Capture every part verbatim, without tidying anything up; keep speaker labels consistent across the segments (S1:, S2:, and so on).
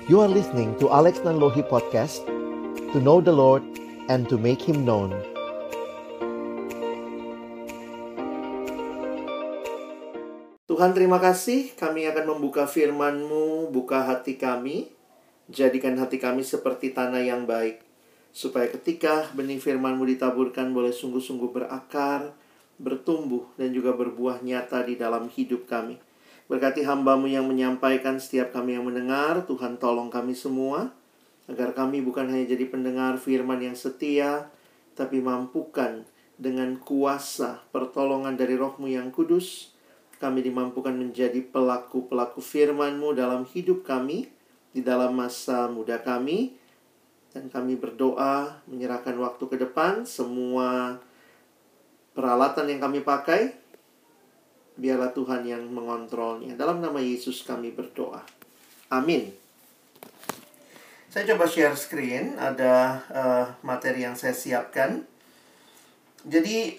S1: You are listening to Alex Nanlohi Podcast, to know the Lord and to make Him known.
S2: Tuhan, terima kasih. Kami akan membuka firman-Mu, buka hati kami. Jadikan hati kami seperti tanah yang baik, supaya ketika benih firman-Mu ditaburkan boleh sungguh-sungguh berakar, bertumbuh, dan juga berbuah nyata di dalam hidup kami. Berkati hamba-Mu yang menyampaikan, setiap kami yang mendengar. Tuhan, tolong kami semua, agar kami bukan hanya jadi pendengar firman yang setia, tapi mampukan dengan kuasa pertolongan dari Roh-Mu yang kudus, kami dimampukan menjadi pelaku-pelaku firman-Mu dalam hidup kami, di dalam masa muda kami. Dan kami berdoa, menyerahkan waktu ke depan, semua peralatan yang kami pakai, biarlah Tuhan yang mengontrolnya. Dalam nama Yesus kami berdoa. Amin. Saya coba share screen. Ada uh, materi yang saya siapkan. Jadi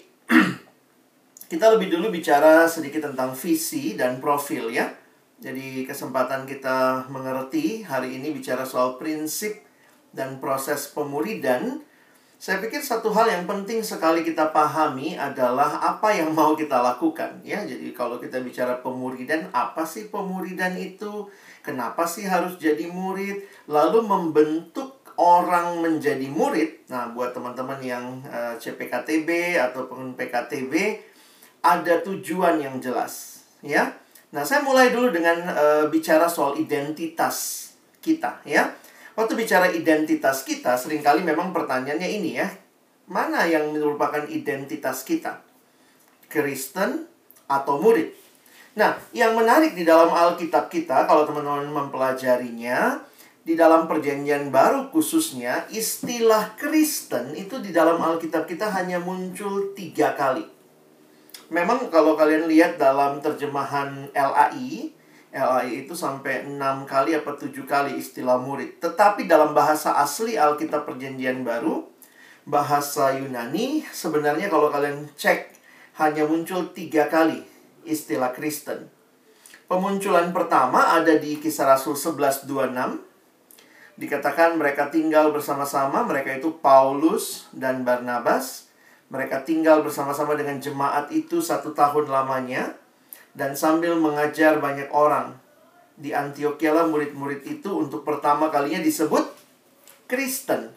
S2: kita lebih dulu bicara sedikit tentang visi dan profil ya. Jadi kesempatan kita mengerti hari ini bicara soal prinsip dan proses pemuridan. Saya pikir satu hal yang penting sekali kita pahami adalah apa yang mau kita lakukan ya. Jadi kalau kita bicara pemuridan, apa sih pemuridan itu? Kenapa sih harus jadi murid? Lalu membentuk orang menjadi murid. Nah, buat teman-teman yang uh, C P K T B ataupun P K T B, ada tujuan yang jelas ya. Nah, saya mulai dulu dengan uh, bicara soal identitas kita ya. Waktu bicara identitas kita, seringkali memang pertanyaannya ini ya. Mana yang merupakan identitas kita? Kristen atau murid? Nah, yang menarik di dalam Alkitab kita, kalau teman-teman mempelajarinya, di dalam Perjanjian Baru khususnya, istilah Kristen itu di dalam Alkitab kita hanya muncul tiga kali. Memang kalau kalian lihat dalam terjemahan L A I, L A I itu sampai enam kali atau tujuh kali istilah murid. Tetapi dalam bahasa asli Alkitab Perjanjian Baru, bahasa Yunani, sebenarnya kalau kalian cek, hanya muncul tiga kali istilah Kristen. Pemunculan pertama ada di Kisah Rasul sebelas dua puluh enam. Dikatakan mereka tinggal bersama-sama, mereka itu Paulus dan Barnabas. Mereka tinggal bersama-sama dengan jemaat itu satu tahun lamanya. Dan sambil mengajar banyak orang. Di Antiokhia lah murid-murid itu untuk pertama kalinya disebut Kristen.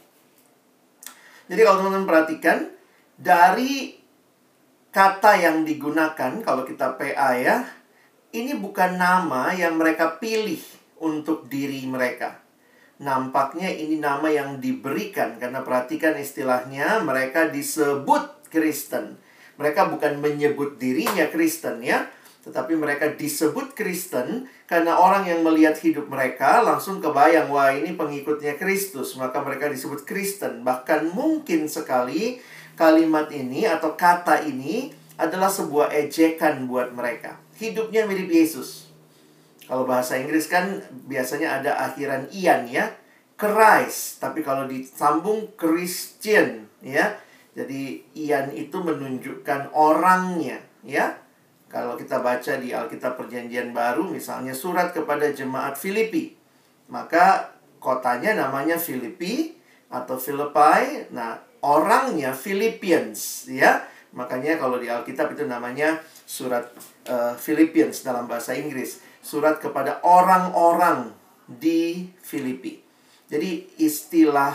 S2: Jadi kalau teman-teman perhatikan, dari kata yang digunakan, kalau kita P A ya, ini bukan nama yang mereka pilih untuk diri mereka. Nampaknya ini nama yang diberikan, karena perhatikan istilahnya, mereka disebut Kristen. Mereka bukan menyebut dirinya Kristen ya, tetapi mereka disebut Kristen karena orang yang melihat hidup mereka langsung kebayang, wah ini pengikutnya Kristus, maka mereka disebut Kristen. Bahkan mungkin sekali kalimat ini atau kata ini adalah sebuah ejekan buat mereka. Hidupnya mirip Yesus. Kalau bahasa Inggris kan biasanya ada akhiran ian ya, Christ. Tapi kalau disambung Christian ya, jadi ian itu menunjukkan orangnya ya. Kalau kita baca di Alkitab Perjanjian Baru, misalnya surat kepada jemaat Filipi, maka kotanya namanya Filipi atau Philippi. Nah, orangnya Philippians, ya. Makanya kalau di Alkitab itu namanya surat uh, Philippians dalam bahasa Inggris. Surat kepada orang-orang di Filipi. Jadi istilah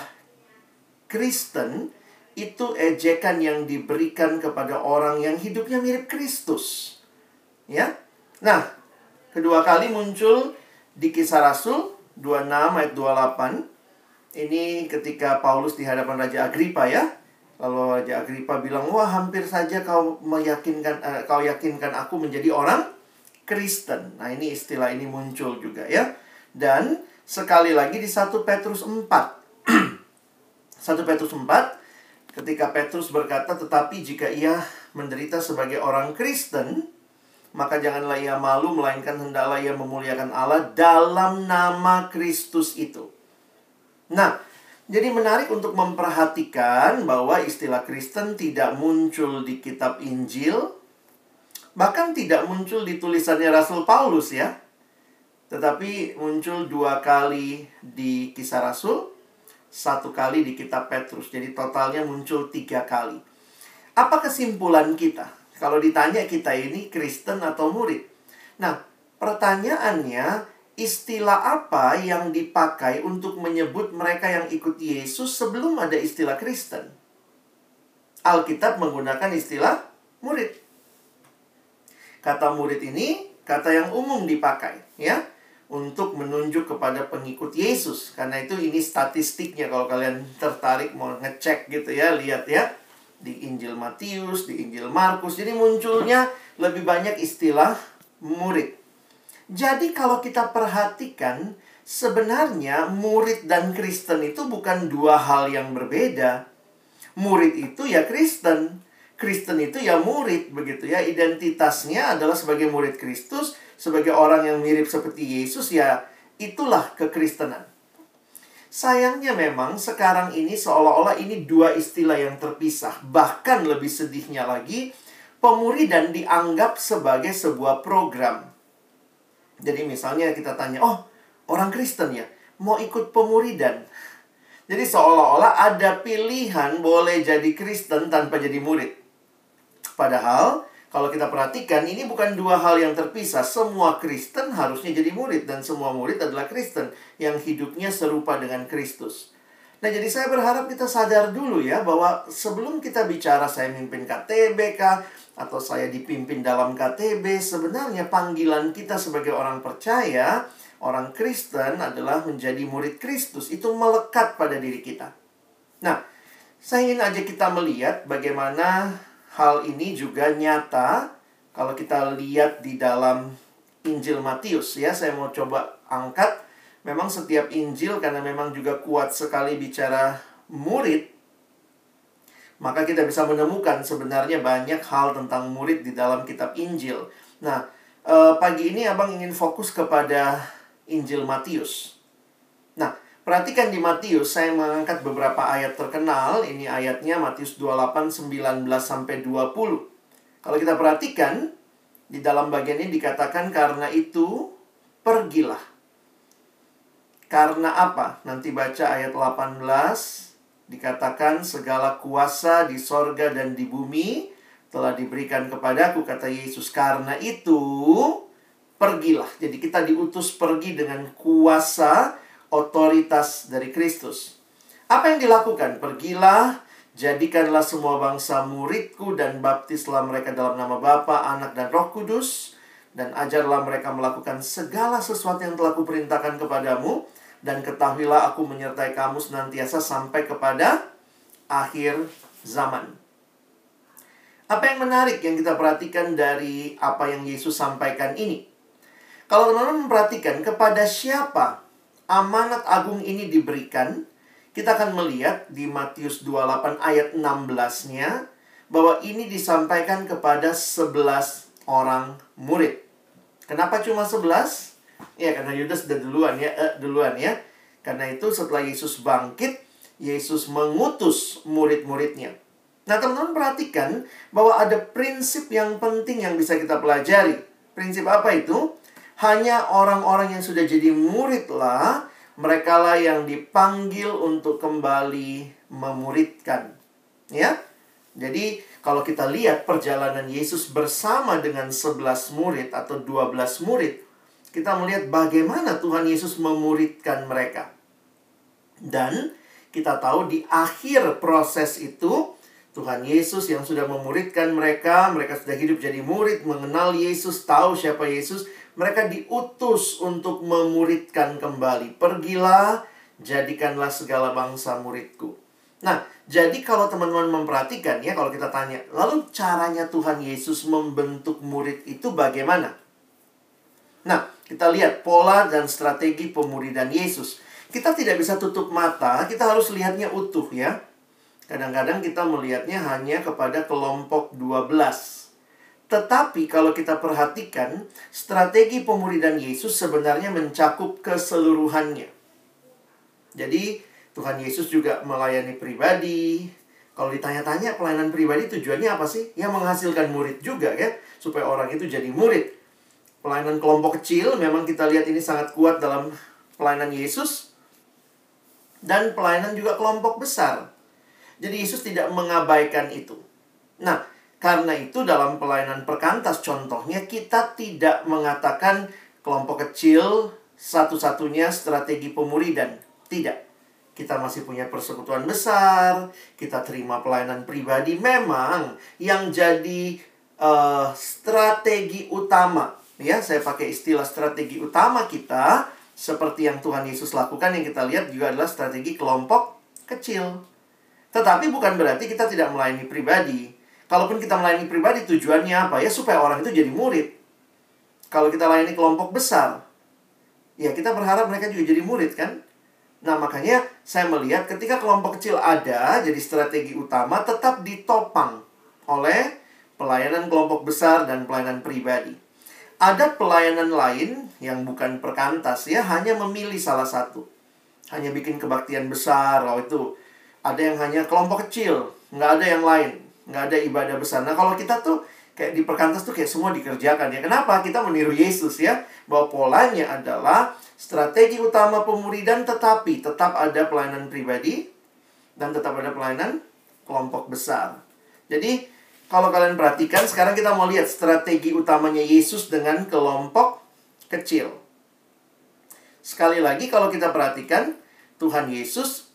S2: Kristen itu ejekan yang diberikan kepada orang yang hidupnya mirip Kristus. Ya. Nah, kedua kali muncul di Kisah Rasul dua puluh enam ayat dua puluh delapan. Ini ketika Paulus di hadapan Raja Agripa ya. Lalu Raja Agripa bilang, "Wah, hampir saja kau meyakinkan uh, kau yakinkan aku menjadi orang Kristen." Nah, ini istilah ini muncul juga ya. Dan sekali lagi di satu Petrus empat. satu Petrus empat, ketika Petrus berkata, "Tetapi jika ia menderita sebagai orang Kristen, maka janganlah ia malu, melainkan hendaklah ia memuliakan Allah dalam nama Kristus itu." Nah, jadi menarik untuk memperhatikan bahwa istilah Kristen tidak muncul di kitab Injil, bahkan tidak muncul di tulisannya Rasul Paulus ya. Tetapi muncul dua kali di Kisah Rasul, satu kali di kitab Petrus. Jadi totalnya muncul tiga kali. Apa kesimpulan kita? Kalau ditanya kita ini Kristen atau murid? Nah, pertanyaannya, istilah apa yang dipakai untuk menyebut mereka yang ikut Yesus sebelum ada istilah Kristen? Alkitab menggunakan istilah murid. Kata murid ini kata yang umum dipakai, ya, untuk menunjuk kepada pengikut Yesus. Karena itu ini statistiknya kalau kalian tertarik mau ngecek gitu ya, lihat ya. Di Injil Matius, di Injil Markus. Jadi munculnya lebih banyak istilah murid. Jadi kalau kita perhatikan, sebenarnya murid dan Kristen itu bukan dua hal yang berbeda. Murid itu ya Kristen. Kristen itu ya murid, begitu ya. Identitasnya adalah sebagai murid Kristus, sebagai orang yang mirip seperti Yesus, ya itulah kekristenan. Sayangnya memang sekarang ini seolah-olah ini dua istilah yang terpisah. Bahkan lebih sedihnya lagi, pemuridan dianggap sebagai sebuah program. Jadi misalnya kita tanya, oh orang Kristen ya, mau ikut pemuridan. Jadi seolah-olah ada pilihan boleh jadi Kristen tanpa jadi murid. Padahal kalau kita perhatikan, ini bukan dua hal yang terpisah. Semua Kristen harusnya jadi murid. Dan semua murid adalah Kristen yang hidupnya serupa dengan Kristus. Nah, jadi saya berharap kita sadar dulu ya, bahwa sebelum kita bicara saya mimpin K T B kah, atau saya dipimpin dalam K T B, sebenarnya panggilan kita sebagai orang percaya, orang Kristen adalah menjadi murid Kristus. Itu melekat pada diri kita. Nah, saya ingin ajak kita melihat bagaimana hal ini juga nyata kalau kita lihat di dalam Injil Matius ya. Saya mau coba angkat. Memang setiap Injil karena memang juga kuat sekali bicara murid, maka kita bisa menemukan sebenarnya banyak hal tentang murid di dalam kitab Injil. Nah, eh, pagi ini Abang ingin fokus kepada Injil Matius. Nah, perhatikan di Matius, saya mengangkat beberapa ayat terkenal. Ini ayatnya Matius dua puluh delapan, sembilan belas sampai dua puluh. Kalau kita perhatikan, di dalam bagian ini dikatakan, karena itu pergilah. Karena apa? Nanti baca ayat delapan belas. Dikatakan, segala kuasa di sorga dan di bumi telah diberikan kepadaku, kata Yesus. Karena itu, pergilah. Jadi kita diutus pergi dengan kuasa otoritas dari Kristus. Apa yang dilakukan? Pergilah, jadikanlah semua bangsa muridku dan baptislah mereka dalam nama Bapa, Anak, dan Roh Kudus. Dan ajarlah mereka melakukan segala sesuatu yang telah kuperintahkan kepadamu. Dan ketahuilah aku menyertai kamu senantiasa sampai kepada akhir zaman. Apa yang menarik yang kita perhatikan dari apa yang Yesus sampaikan ini? Kalau teman-teman memperhatikan kepada siapa amanat agung ini diberikan, kita akan melihat di Matius dua puluh delapan ayat enam belas-nya bahwa ini disampaikan kepada sebelas orang murid. Kenapa cuma sebelas? Ya, karena Yudas sudah duluan ya, eh, duluan ya. Karena itu setelah Yesus bangkit, Yesus mengutus murid-muridnya. Nah, teman-teman perhatikan bahwa ada prinsip yang penting yang bisa kita pelajari. Prinsip apa itu? Hanya orang-orang yang sudah jadi muridlah, merekalah yang dipanggil untuk kembali memuridkan. Ya. Jadi, kalau kita lihat perjalanan Yesus bersama dengan sebelas murid atau dua belas murid, kita melihat bagaimana Tuhan Yesus memuridkan mereka. Dan kita tahu di akhir proses itu, Tuhan Yesus yang sudah memuridkan mereka, mereka sudah hidup jadi murid, mengenal Yesus, tahu siapa Yesus, mereka diutus untuk memuridkan kembali. Pergilah, jadikanlah segala bangsa muridku. Nah, jadi kalau teman-teman memperhatikan ya, kalau kita tanya, lalu caranya Tuhan Yesus membentuk murid itu bagaimana? Nah, kita lihat pola dan strategi pemuridan Yesus. Kita tidak bisa tutup mata, kita harus lihatnya utuh ya. Kadang-kadang kita melihatnya hanya kepada kelompok dua belas. Tetapi kalau kita perhatikan, strategi pemuridan Yesus sebenarnya mencakup keseluruhannya. Jadi, Tuhan Yesus juga melayani pribadi. Kalau ditanya-tanya pelayanan pribadi tujuannya apa sih? Ya menghasilkan murid juga ya, supaya orang itu jadi murid. Pelayanan kelompok kecil memang kita lihat ini sangat kuat dalam pelayanan Yesus. Dan pelayanan juga kelompok besar. Jadi Yesus tidak mengabaikan itu. Nah, karena itu dalam pelayanan perkantas contohnya kita tidak mengatakan kelompok kecil satu-satunya strategi pemuridan. Tidak. Kita masih punya persekutuan besar, kita terima pelayanan pribadi. Memang yang jadi uh, strategi utama, ya, saya pakai istilah strategi utama kita, seperti yang Tuhan Yesus lakukan, yang kita lihat juga adalah strategi kelompok kecil. Tetapi bukan berarti kita tidak melayani pribadi. Kalaupun kita melayani pribadi, tujuannya apa? Ya, supaya orang itu jadi murid. Kalau kita layani kelompok besar, ya kita berharap mereka juga jadi murid, kan? Nah, makanya saya melihat ketika kelompok kecil ada, jadi strategi utama tetap ditopang oleh pelayanan kelompok besar dan pelayanan pribadi. Ada pelayanan lain yang bukan perkantas, ya, hanya memilih salah satu. Hanya bikin kebaktian besar, oh itu. Ada yang hanya kelompok kecil, nggak ada yang lain. Nggak ada ibadah besar. Nah, kalau kita tuh kayak di perkantas tuh kayak semua dikerjakan, ya. Kenapa? Kita meniru Yesus, ya. Bahwa polanya adalah strategi utama pemuridan, tetapi tetap ada pelayanan pribadi dan tetap ada pelayanan kelompok besar. Jadi, kalau kalian perhatikan, sekarang kita mau lihat strategi utamanya Yesus dengan kelompok kecil. Sekali lagi, kalau kita perhatikan, Tuhan Yesus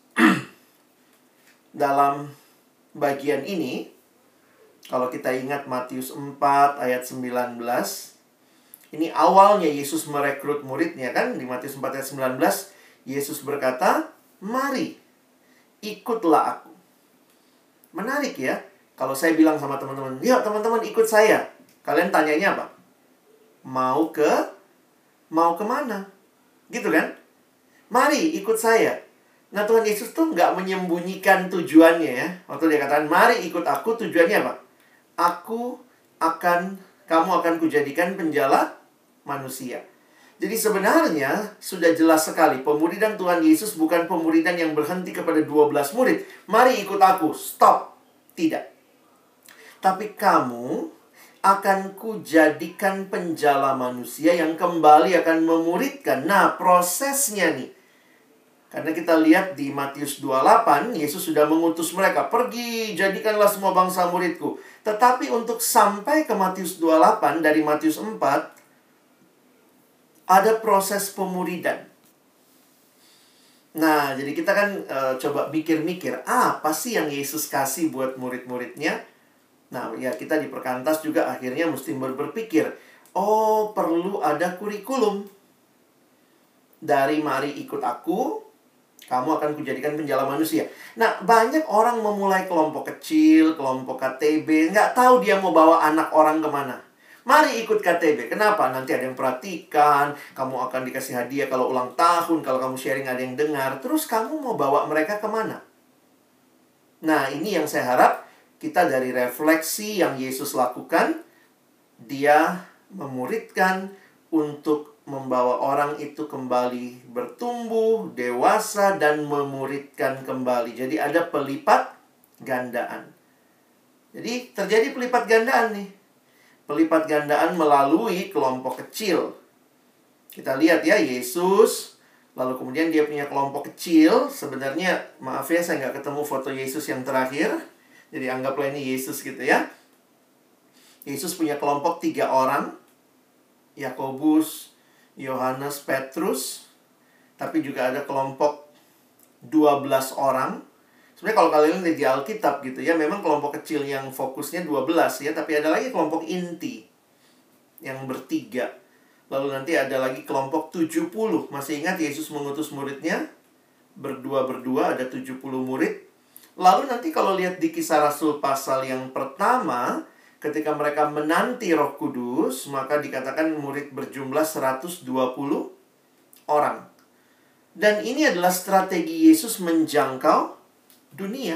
S2: dalam bagian ini, kalau kita ingat Matius empat ayat sembilan belas, ini awalnya Yesus merekrut muridnya, kan? Di Matius empat ayat sembilan belas, Yesus berkata, "Mari, ikutlah aku." Menarik, ya. Kalau saya bilang sama teman-teman, "Yuk teman-teman ikut saya." Kalian tanyanya apa? Mau ke? Mau kemana? Gitu kan? Mari ikut saya. Nah, Tuhan Yesus tuh nggak menyembunyikan tujuannya, ya. Waktu dia katakan, "Mari ikut aku," tujuannya apa? Aku akan, kamu akan kujadikan penjala manusia. Jadi sebenarnya sudah jelas sekali, pemuridan Tuhan Yesus bukan pemuridan yang berhenti kepada dua belas murid. Mari ikut aku, stop. Tidak. Tapi kamu akan kujadikan penjala manusia yang kembali akan memuridkan. Nah, prosesnya nih. Karena kita lihat di Matius dua puluh delapan, Yesus sudah mengutus mereka, "Pergi, jadikanlah semua bangsa muridku." Tetapi untuk sampai ke Matius dua puluh delapan, dari Matius empat, ada proses pemuridan. Nah, jadi kita kan e, coba mikir-mikir, apa sih yang Yesus kasih buat murid-muridnya? Nah, ya kita di perkantas juga akhirnya mesti berpikir, oh, perlu ada kurikulum. Dari "Mari ikut aku, kamu akan kujadikan penjala manusia." Nah, banyak orang memulai kelompok kecil, kelompok K T B, nggak tahu dia mau bawa anak orang kemana. Mari ikut K T B. Kenapa? Nanti ada yang perhatikan, kamu akan dikasih hadiah kalau ulang tahun, kalau kamu sharing ada yang dengar. Terus kamu mau bawa mereka kemana? Nah, ini yang saya harap kita dari refleksi yang Yesus lakukan, dia memuridkan untuk membawa orang itu kembali bertumbuh, dewasa, dan memuridkan kembali. Jadi ada pelipat gandaan. Jadi terjadi pelipat gandaan nih. Pelipat gandaan melalui kelompok kecil. Kita lihat ya, Yesus, lalu kemudian dia punya kelompok kecil. Sebenarnya, maaf ya, saya nggak ketemu foto Yesus yang terakhir. Jadi anggaplah ini Yesus gitu ya. Yesus punya kelompok tiga orang. Yakobus, Yohanes, Petrus. Tapi juga ada kelompok dua belas orang. Sebenarnya kalau kalian lihat di Alkitab gitu ya, memang kelompok kecil yang fokusnya dua belas ya. Tapi ada lagi kelompok inti yang bertiga. Lalu nanti ada lagi kelompok tujuh puluh. Masih ingat Yesus mengutus muridnya? Berdua-berdua ada tujuh puluh murid. Lalu nanti kalau lihat di Kisah Rasul pasal yang pertama, ketika mereka menanti Roh Kudus, maka dikatakan murid berjumlah seratus dua puluh orang. Dan ini adalah strategi Yesus menjangkau dunia.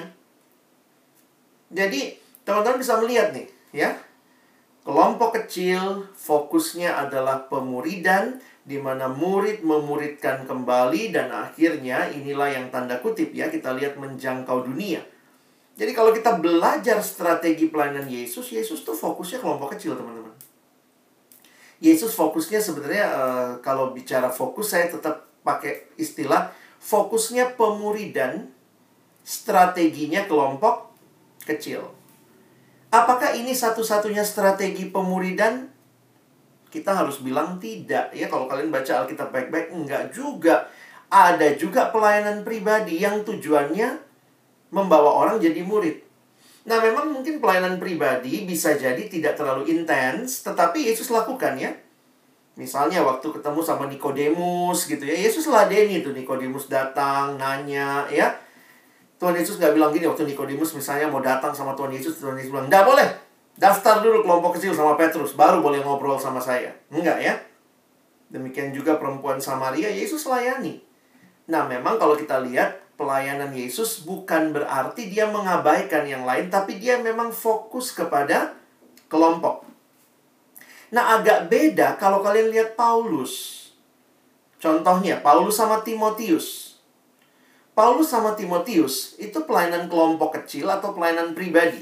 S2: Jadi, teman-teman bisa melihat nih, ya. Kelompok kecil fokusnya adalah pemuridan, di mana murid memuridkan kembali, dan akhirnya inilah yang tanda kutip ya, kita lihat menjangkau dunia. Jadi kalau kita belajar strategi pelayanan Yesus, Yesus tuh fokusnya kelompok kecil, teman-teman. Yesus fokusnya sebenarnya uh, kalau bicara fokus, saya tetap pakai istilah fokusnya pemuridan, strateginya kelompok kecil. Apakah ini satu-satunya strategi pemuridan? Kita harus bilang tidak. Ya, kalau kalian baca Alkitab baik-baik, enggak juga. Ada juga pelayanan pribadi yang tujuannya membawa orang jadi murid. Nah, memang mungkin pelayanan pribadi bisa jadi tidak terlalu intens, tetapi Yesus lakukan ya. Misalnya waktu ketemu sama Nikodemus gitu ya, Yesus ladeni tuh, Nikodemus datang, nanya ya. Tuhan Yesus nggak bilang gini waktu Nikodemus misalnya mau datang sama Tuhan Yesus, Tuhan Yesus bilang, "Nggak boleh, daftar dulu kelompok kecil sama Petrus, baru boleh ngobrol sama saya." Enggak ya. Demikian juga perempuan Samaria, Yesus layani. Nah, memang kalau kita lihat pelayanan Yesus bukan berarti dia mengabaikan yang lain, tapi dia memang fokus kepada kelompok. Nah, agak beda kalau kalian lihat Paulus. Contohnya, Paulus sama Timotius. Paulus sama Timotius itu pelayanan kelompok kecil atau pelayanan pribadi?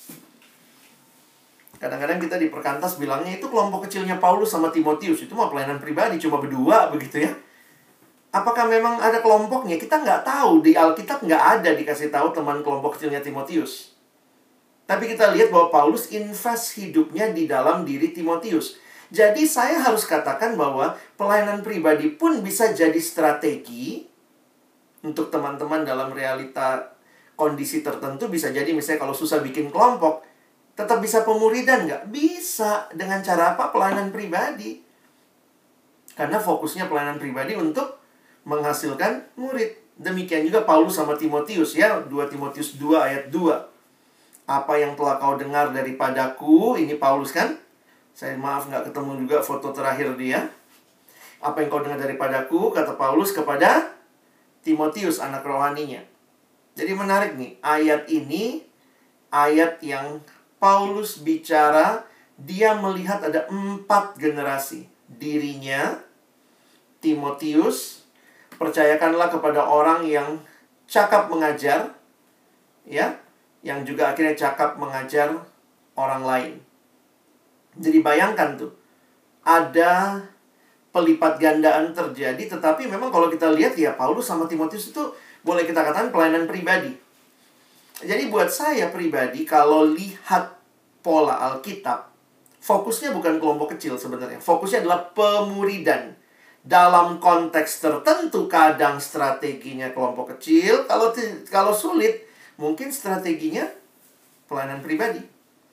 S2: Kadang-kadang kita di Perkantas bilangnya itu kelompok kecilnya Paulus sama Timotius. Itu mah pelayanan pribadi, cuma berdua begitu ya. Apakah memang ada kelompoknya? Kita nggak tahu. Di Alkitab nggak ada dikasih tahu teman kelompok kecilnya Timotius. Tapi kita lihat bahwa Paulus invest hidupnya di dalam diri Timotius. Jadi saya harus katakan bahwa pelayanan pribadi pun bisa jadi strategi untuk teman-teman dalam realita kondisi tertentu. Bisa jadi misalnya kalau susah bikin kelompok, tetap bisa pemuridan nggak? Bisa. Dengan cara apa? Pelayanan pribadi. Karena fokusnya pelayanan pribadi untuk menghasilkan murid. Demikian juga Paulus sama Timotius ya, dua Timotius dua ayat dua. Apa yang telah kau dengar daripadaku, ini Paulus kan? Saya maaf nggak ketemu juga foto terakhir dia. Apa yang kau dengar daripadaku, kata Paulus kepada Timotius, anak rohaninya. Jadi menarik nih, ayat ini ayat yang Paulus bicara, dia melihat ada empat generasi. Dirinya, Timotius, percayakanlah kepada orang yang cakap mengajar, ya, yang juga akhirnya cakap mengajar orang lain. Jadi bayangkan tuh, ada pelipat gandaan terjadi, tetapi memang kalau kita lihat ya Paulus sama Timotius itu boleh kita katakan pelayanan pribadi. Jadi buat saya pribadi, kalau lihat pola Alkitab, fokusnya bukan kelompok kecil sebenarnya. Fokusnya adalah pemuridan. Dalam konteks tertentu kadang strateginya kelompok kecil, kalau kalau sulit mungkin strateginya pelayanan pribadi.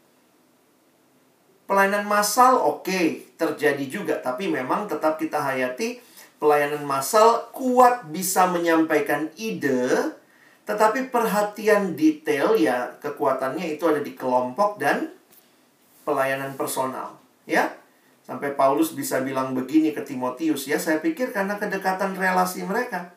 S2: Pelayanan massal oke, okay, terjadi juga, tapi memang tetap kita hayati pelayanan massal kuat bisa menyampaikan ide, tetapi perhatian detail ya kekuatannya itu ada di kelompok dan pelayanan personal, ya. Sampai Paulus bisa bilang begini ke Timotius ya, saya pikir karena kedekatan relasi mereka.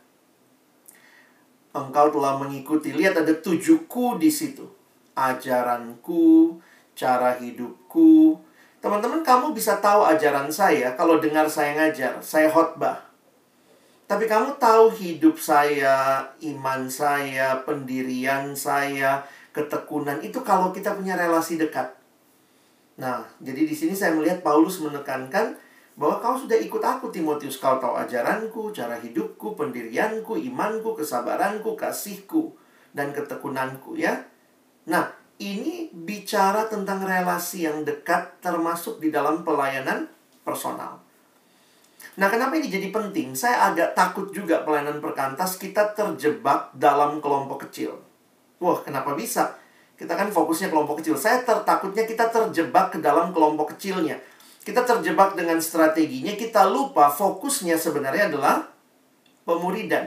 S2: Engkau telah mengikuti, lihat ada tujuhku di situ. Ajaranku, cara hidupku. Teman-teman, kamu bisa tahu ajaran saya kalau dengar saya ngajar, saya khotbah. Tapi kamu tahu hidup saya, iman saya, pendirian saya, ketekunan itu kalau kita punya relasi dekat. Nah, jadi di sini saya melihat Paulus menekankan bahwa kau sudah ikut aku Timotius, kau tahu ajaranku, cara hidupku, pendirianku, imanku, kesabaranku, kasihku, dan ketekunanku ya. Nah, ini bicara tentang relasi yang dekat termasuk di dalam pelayanan personal. Nah, kenapa ini jadi penting? Saya agak takut juga pelayanan Perkantas kita terjebak dalam kelompok kecil. Wah, kenapa bisa? Kita kan fokusnya kelompok kecil. Saya tertakutnya kita terjebak ke dalam kelompok kecilnya. Kita terjebak dengan strateginya, kita lupa fokusnya sebenarnya adalah pemuridan.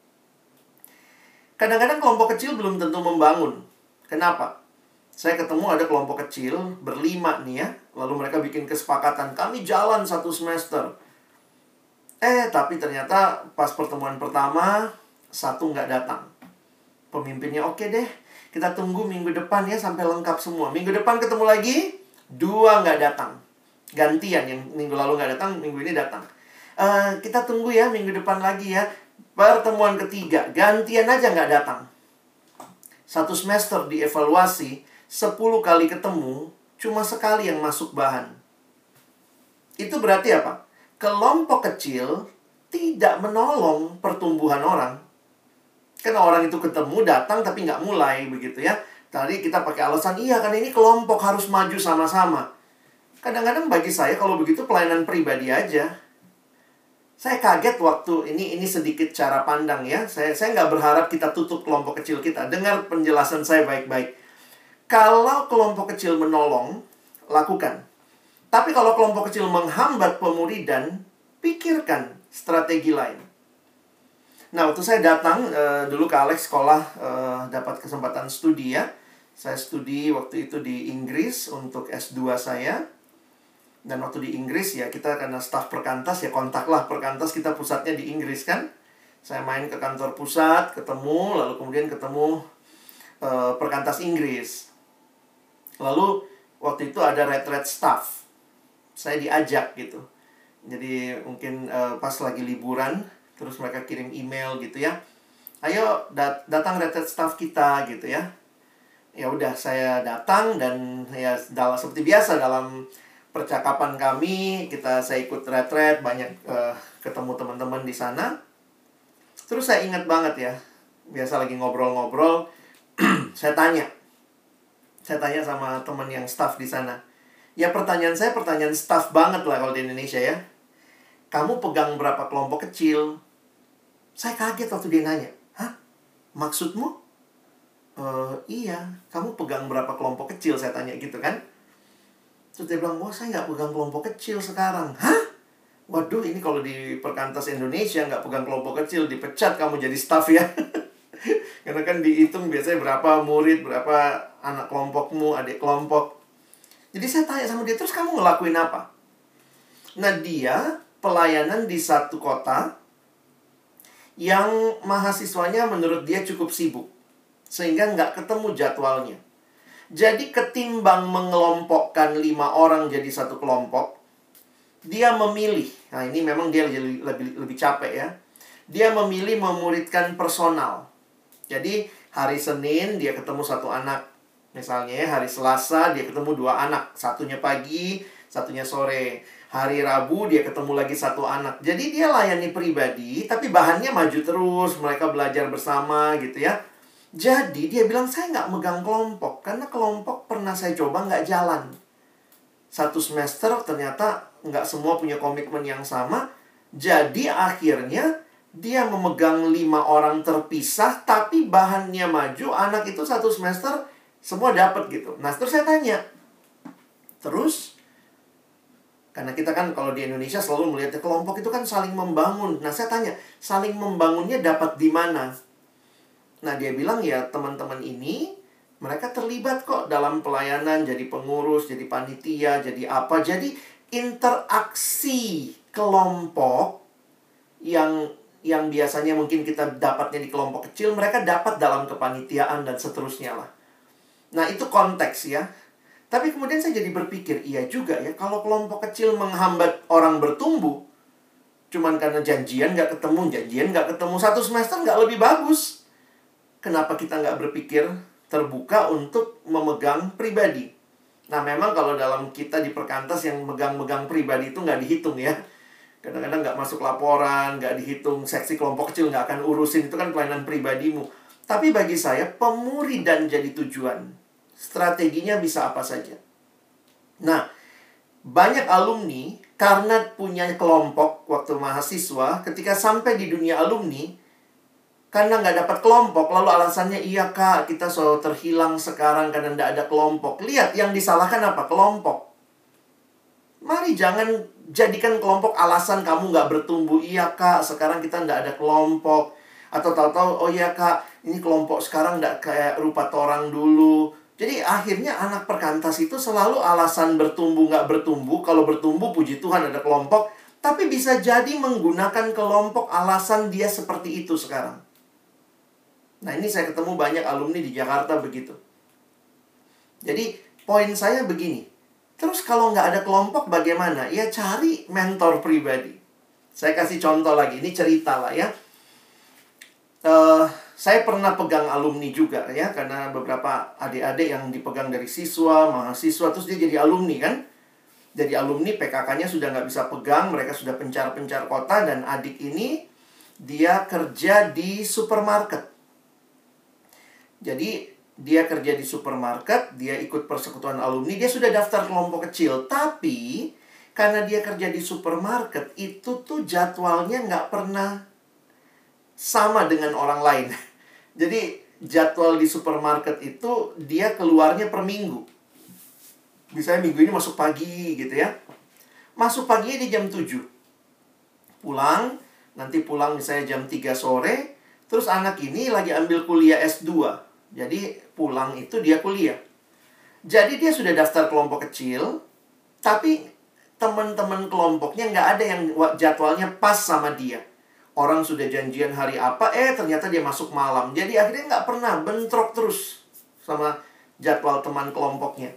S2: Kadang-kadang kelompok kecil belum tentu membangun. Kenapa? Saya ketemu ada kelompok kecil, berlima nih ya. Lalu mereka bikin kesepakatan, kami jalan satu semester. Eh, tapi ternyata pas pertemuan pertama, satu nggak datang. Pemimpinnya, oke deh, kita tunggu minggu depan ya sampai lengkap semua. Minggu depan ketemu lagi, dua nggak datang. Gantian, yang minggu lalu nggak datang, minggu ini datang. Uh, kita tunggu ya minggu depan lagi ya. Pertemuan ketiga, gantian aja nggak datang. Satu semester dievaluasi, sepuluh kali ketemu, cuma sekali yang masuk bahan. Itu Itu berarti apa? Kelompok kecil tidak menolong pertumbuhan orang. Karena orang itu ketemu, datang, tapi nggak mulai, begitu ya. Tadi kita pakai alasan, iya kan ini kelompok harus maju sama-sama. Kadang-kadang bagi saya kalau begitu pelayanan pribadi aja. Saya kaget waktu ini ini sedikit cara pandang ya. Saya saya nggak berharap kita tutup kelompok kecil kita. Dengar penjelasan saya baik-baik. Kalau kelompok kecil menolong, lakukan. Tapi kalau kelompok kecil menghambat pemuridan, pikirkan strategi lain. Nah, waktu saya datang uh, dulu ke Alex sekolah, uh, dapat kesempatan studi ya. Saya studi waktu itu di Inggris untuk S dua saya. Dan waktu di Inggris ya, kita karena staf perkantas ya, kontaklah perkantas, kita pusatnya di Inggris kan. Saya main ke kantor pusat, ketemu, lalu kemudian ketemu uh, perkantas Inggris. Lalu waktu itu ada retreat staff. Saya diajak gitu. Jadi mungkin uh, pas lagi liburan, terus mereka kirim email gitu ya. Ayo dat datang retreat staff kita gitu ya. Ya udah saya datang dan ya dalam seperti biasa dalam percakapan kami, kita saya ikut retreat, banyak uh, ketemu teman-teman di sana. Terus saya ingat banget ya. Biasa lagi ngobrol-ngobrol, saya tanya. Saya tanya sama teman yang staff di sana. Ya pertanyaan saya pertanyaan staff banget lah kalau di Indonesia ya. Kamu pegang berapa kelompok kecil? Saya kaget waktu dia nanya. Hah? Maksudmu? E, iya, kamu pegang berapa kelompok kecil? Saya tanya gitu kan. Terus dia bilang, oh saya nggak pegang kelompok kecil sekarang. Hah? Waduh, ini kalau di perkantas Indonesia nggak pegang kelompok kecil, dipecat kamu jadi staff ya. Karena kan dihitung biasanya berapa murid, berapa anak kelompokmu, adik kelompok. Jadi saya tanya sama dia, terus kamu ngelakuin apa? Nah dia pelayanan di satu kota yang mahasiswanya menurut dia cukup sibuk, sehingga nggak ketemu jadwalnya. Jadi ketimbang mengelompokkan lima orang jadi satu kelompok, dia memilih, nah ini memang dia lebih, lebih, lebih capek ya. Dia memilih memuridkan personal. Jadi hari Senin dia ketemu satu anak. Misalnya hari Selasa dia ketemu dua anak. Satunya pagi, satunya sore. Hari Rabu dia ketemu lagi satu anak. Jadi dia layani pribadi, tapi bahannya maju terus. Mereka belajar bersama gitu ya. Jadi dia bilang, saya nggak megang kelompok. Karena kelompok pernah saya coba nggak jalan. Satu semester ternyata nggak semua punya komitmen yang sama. Jadi akhirnya dia memegang lima orang terpisah, tapi bahannya maju. Anak itu satu semester semua dapat gitu. Nah terus saya tanya. Terus karena kita kan kalau di Indonesia selalu melihat kelompok itu kan saling membangun. Nah saya tanya, saling membangunnya dapat di mana? Nah dia bilang ya teman-teman ini mereka terlibat kok dalam pelayanan, jadi pengurus, jadi panitia, jadi apa. Jadi interaksi kelompok yang yang biasanya mungkin kita dapatnya di kelompok kecil, mereka dapat dalam kepanitiaan dan seterusnya lah. Nah itu konteks ya. Tapi kemudian saya jadi berpikir, iya juga ya, kalau kelompok kecil menghambat orang bertumbuh, cuman karena janjian nggak ketemu, janjian nggak ketemu, satu semester nggak lebih bagus. Kenapa kita nggak berpikir terbuka untuk memegang pribadi? Nah memang kalau dalam kita di perkantas yang megang-megang pribadi itu nggak dihitung ya. Kadang-kadang nggak masuk laporan, nggak dihitung, seksi kelompok kecil nggak akan urusin, itu kan pelayanan pribadimu. Tapi bagi saya, pemuridan jadi tujuan. Strateginya bisa apa saja. Nah, banyak alumni karena punya kelompok waktu mahasiswa, ketika sampai di dunia alumni, karena nggak dapat kelompok, lalu alasannya, iya kak, kita selalu terhilang sekarang karena nggak ada kelompok. Lihat, yang disalahkan apa? Kelompok. Mari jangan jadikan kelompok alasan kamu nggak bertumbuh. Iya kak, sekarang kita nggak ada kelompok. Atau tahu-tahu, oh iya kak, ini kelompok sekarang nggak kayak rupa torang dulu. Jadi akhirnya anak perkantas itu selalu alasan bertumbuh nggak bertumbuh. Kalau bertumbuh puji Tuhan ada kelompok. Tapi bisa jadi menggunakan kelompok alasan dia seperti itu sekarang. Nah ini saya ketemu banyak alumni di Jakarta begitu. Jadi poin saya begini. Terus kalau nggak ada kelompok bagaimana? Ya cari mentor pribadi. Saya kasih contoh lagi. Ini cerita lah ya. Uh, saya pernah pegang alumni juga ya. Karena beberapa adik-adik yang dipegang dari siswa, mahasiswa. Terus dia jadi alumni kan. Jadi alumni P K K-nya sudah nggak bisa pegang, mereka sudah pencar-pencar kota, dan adik ini dia kerja di supermarket. Jadi dia kerja di supermarket, dia ikut persekutuan alumni, dia sudah daftar kelompok kecil. Tapi karena dia kerja di supermarket, itu tuh jadwalnya nggak pernah sama dengan orang lain. Jadi jadwal di supermarket itu dia keluarnya per minggu. Misalnya minggu ini masuk pagi gitu ya. Masuk paginya di jam tujuh. Pulang, nanti pulang misalnya jam tiga sore. Terus anak ini lagi ambil kuliah S dua. Jadi pulang itu dia kuliah. Jadi dia sudah daftar kelompok kecil, tapi teman-teman kelompoknya nggak ada yang jadwalnya pas sama dia. Orang sudah janjian hari apa, eh ternyata dia masuk malam. Jadi akhirnya nggak pernah, bentrok terus sama jadwal teman kelompoknya.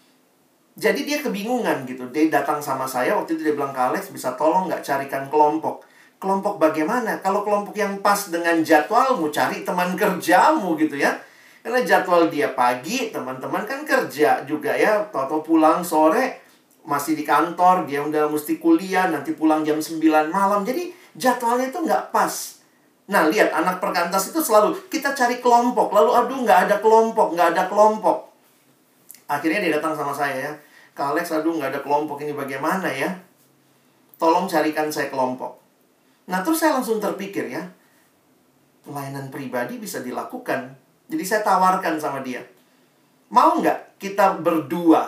S2: Jadi dia kebingungan gitu. Dia datang sama saya, waktu itu dia bilang, "Kak Alex, bisa tolong nggak carikan kelompok?" Kelompok bagaimana? Kalau kelompok yang pas dengan jadwalmu, cari teman kerjamu gitu ya. Karena jadwal dia pagi, teman-teman kan kerja juga ya. Atau pulang sore, masih di kantor, dia udah mesti kuliah, nanti pulang jam sembilan malam. Jadi jadwalnya itu nggak pas. Nah, lihat, anak perkantas itu selalu, kita cari kelompok. Lalu, aduh, nggak ada kelompok, nggak ada kelompok. Akhirnya dia datang sama saya ya. "Kak Alex, aduh, nggak ada kelompok, ini bagaimana ya? Tolong carikan saya kelompok." Nah, terus saya langsung terpikir ya, pelayanan pribadi bisa dilakukan. Jadi saya tawarkan sama dia, "Mau nggak kita berdua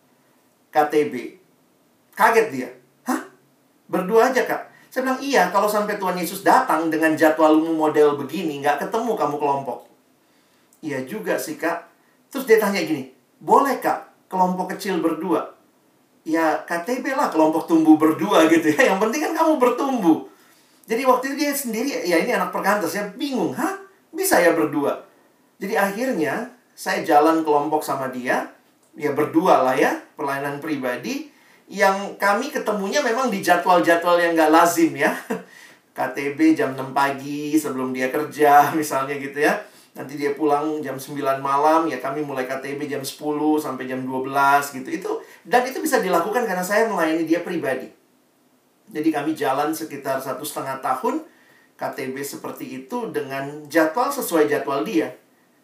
S2: K T B?" Kaget dia. "Hah? Berdua aja, Kak?" Saya bilang, "Iya, kalau sampai Tuhan Yesus datang dengan jadwalmu model begini, nggak ketemu kamu kelompok." "Iya juga sih, Kak." Terus dia tanya gini, "Boleh, Kak, kelompok kecil berdua?" "Ya, K T B lah, kelompok tumbuh berdua gitu ya. Yang penting kan kamu bertumbuh." Jadi waktu itu dia sendiri, ya ini anak perkantas, ya bingung. "Hah? Bisa ya berdua?" Jadi akhirnya saya jalan kelompok sama dia, ya berdua lah ya, pelayanan pribadi, yang kami ketemunya memang di jadwal-jadwal yang nggak lazim ya. K T B jam enam pagi sebelum dia kerja misalnya gitu ya. Nanti dia pulang jam sembilan malam, ya kami mulai K T B jam sepuluh sampai jam dua belas gitu. Itu, dan itu bisa dilakukan karena saya melayani dia pribadi. Jadi kami jalan sekitar satu setengah tahun K T B seperti itu dengan jadwal sesuai jadwal dia.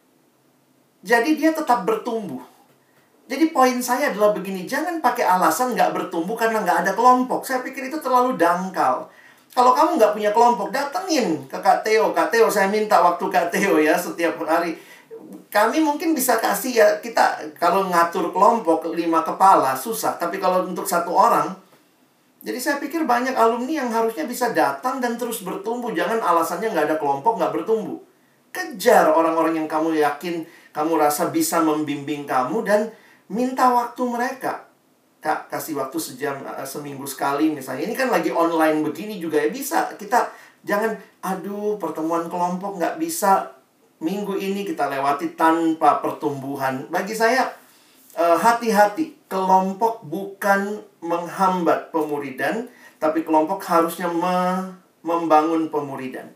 S2: Jadi dia tetap bertumbuh. Jadi poin saya adalah begini, jangan pakai alasan nggak bertumbuh karena nggak ada kelompok. Saya pikir itu terlalu dangkal. Kalau kamu nggak punya kelompok, datengin ke Kak Theo. "Kak Theo, saya minta waktu Kak Theo ya setiap hari." Kami mungkin bisa kasih ya, kita kalau ngatur kelompok lima kepala susah. Tapi kalau untuk satu orang, jadi saya pikir banyak alumni yang harusnya bisa datang dan terus bertumbuh. Jangan alasannya nggak ada kelompok, nggak bertumbuh. Kejar orang-orang yang kamu yakin, kamu rasa bisa membimbing kamu, dan minta waktu mereka. "Kak, kasih waktu sejam, uh, seminggu sekali misalnya." Ini kan lagi online begini juga ya, bisa. Kita jangan, "Aduh, pertemuan kelompok nggak bisa. Minggu ini kita lewati tanpa pertumbuhan." Bagi saya, uh, hati-hati. Kelompok bukan menghambat pemuridan, tapi kelompok harusnya me membangun pemuridan.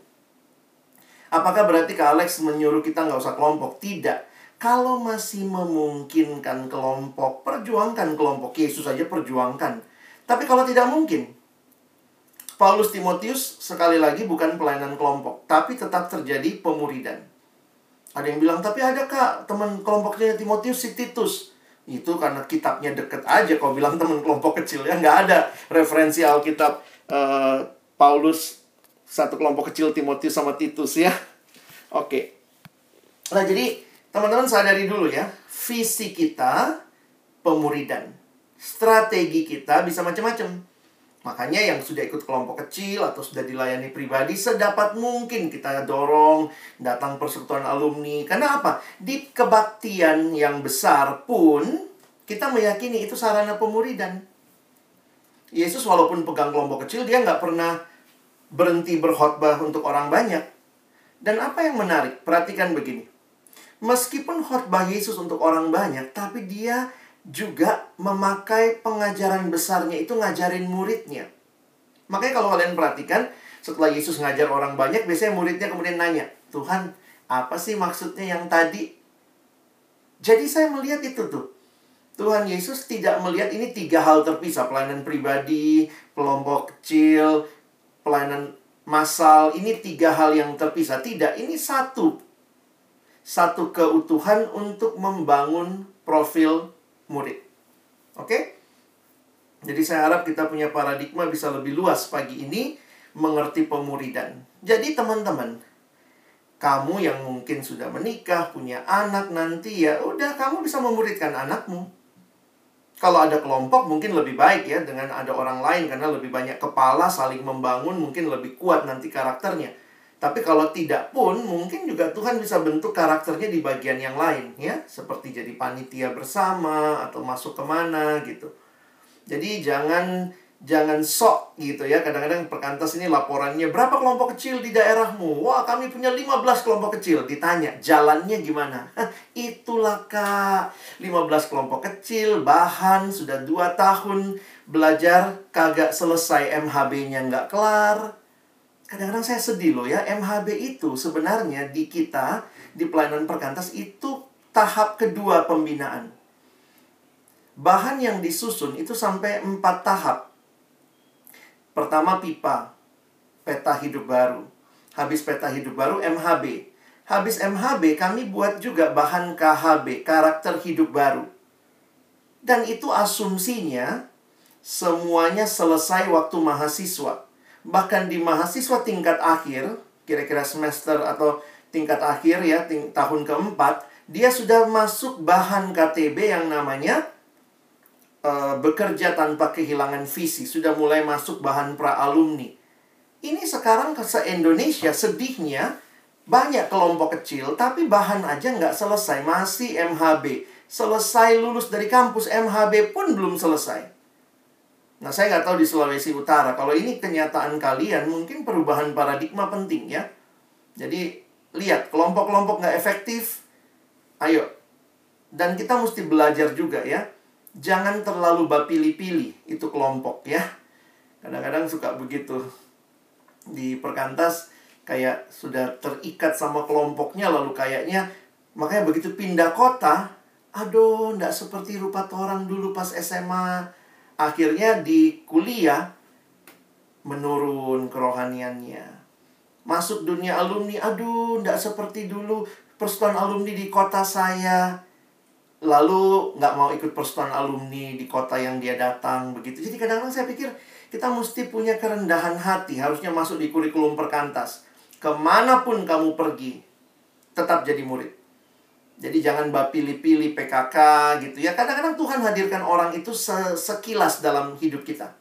S2: Apakah berarti Kak Alex menyuruh kita nggak usah kelompok? Tidak. Kalau masih memungkinkan kelompok, perjuangkan kelompok. Yesus saja perjuangkan. Tapi kalau tidak mungkin, Paulus Timotius sekali lagi bukan pelayanan kelompok, tapi tetap terjadi pemuridan. Ada yang bilang, "Tapi ada Kak, teman kelompoknya Timotius si Titus." Itu karena kitabnya deket aja kalau bilang teman kelompok kecil ya. Nggak ada referensi Alkitab uh, Paulus satu kelompok kecil Timotius sama Titus ya. Oke. Nah, jadi teman-teman sadari dulu ya, visi kita pemuridan. Strategi kita bisa macam-macam. Makanya yang sudah ikut kelompok kecil atau sudah dilayani pribadi, sedapat mungkin kita dorong datang persekutuan alumni. Karena apa? Di kebaktian yang besar pun kita meyakini itu sarana pemuridan. Yesus walaupun pegang kelompok kecil, dia nggak pernah berhenti berkhotbah untuk orang banyak. Dan apa yang menarik? Perhatikan begini. Meskipun khotbah Yesus untuk orang banyak, tapi dia juga memakai pengajaran besarnya itu ngajarin muridnya. Makanya kalau kalian perhatikan, setelah Yesus ngajar orang banyak, biasanya muridnya kemudian nanya, "Tuhan, apa sih maksudnya yang tadi?" Jadi saya melihat itu tuh. Tuhan Yesus tidak melihat ini tiga hal terpisah. Pelayanan pribadi, kelompok kecil, pelayanan massal. Ini tiga hal yang terpisah. Tidak, ini satu. Satu keutuhan untuk membangun profil murid. Oke? Jadi saya harap kita punya paradigma bisa lebih luas pagi ini mengerti pemuridan. Jadi teman-teman, kamu yang mungkin sudah menikah, punya anak nanti, ya udah kamu bisa memuridkan anakmu. Kalau ada kelompok mungkin lebih baik ya, dengan ada orang lain, karena lebih banyak kepala saling membangun, mungkin lebih kuat nanti karakternya. Tapi kalau tidak pun, mungkin juga Tuhan bisa bentuk karakternya di bagian yang lain ya, seperti jadi panitia bersama atau masuk kemana gitu. Jadi jangan jangan sok gitu ya. Kadang-kadang perkantas ini laporannya, berapa kelompok kecil di daerahmu? Wah, kami punya lima belas kelompok kecil. Ditanya, jalannya gimana? Itulah Kak, lima belas kelompok kecil, bahan sudah dua tahun belajar, kagak selesai, M H B-nya nggak kelar. Kadang-kadang saya sedih loh ya, M H B itu sebenarnya di kita, di pelayanan perkantas itu tahap kedua pembinaan. Bahan yang disusun itu sampai empat tahap. Pertama pipa, peta hidup baru. Habis peta hidup baru, M H B. Habis M H B, kami buat juga bahan K H B, karakter hidup baru. Dan itu asumsinya semuanya selesai waktu mahasiswa. Bahkan di mahasiswa tingkat akhir, kira-kira semester atau tingkat akhir ya, ting- tahun keempat, dia sudah masuk bahan K T B yang namanya Uh, bekerja tanpa kehilangan visi. Sudah mulai masuk bahan pra-alumni. Ini sekarang ke se-Indonesia, sedihnya banyak kelompok kecil, tapi bahan aja nggak selesai. Masih M H B. Selesai lulus dari kampus, M H B pun belum selesai. Nah, saya nggak tahu di Sulawesi Utara. Kalau ini kenyataan kalian, mungkin perubahan paradigma penting ya. Jadi, lihat, kelompok-kelompok nggak efektif. Ayo. Dan kita mesti belajar juga ya. Jangan terlalu bapili-pili itu kelompok ya. Kadang-kadang suka begitu. Di perkantas kayak sudah terikat sama kelompoknya, lalu kayaknya makanya begitu pindah kota, aduh, nggak seperti rupa orang dulu pas S M A. Akhirnya di kuliah menurun kerohaniannya. Masuk dunia alumni, aduh, nggak seperti dulu persekutuan alumni di kota saya. Lalu nggak mau ikut persekutuan alumni di kota yang dia datang begitu. Jadi kadang-kadang saya pikir kita mesti punya kerendahan hati. Harusnya masuk di kurikulum perkantas. Kemanapun kamu pergi, tetap jadi murid. Jadi jangan pilih-pilih P K K gitu ya. Kadang-kadang Tuhan hadirkan orang itu sekilas dalam hidup kita.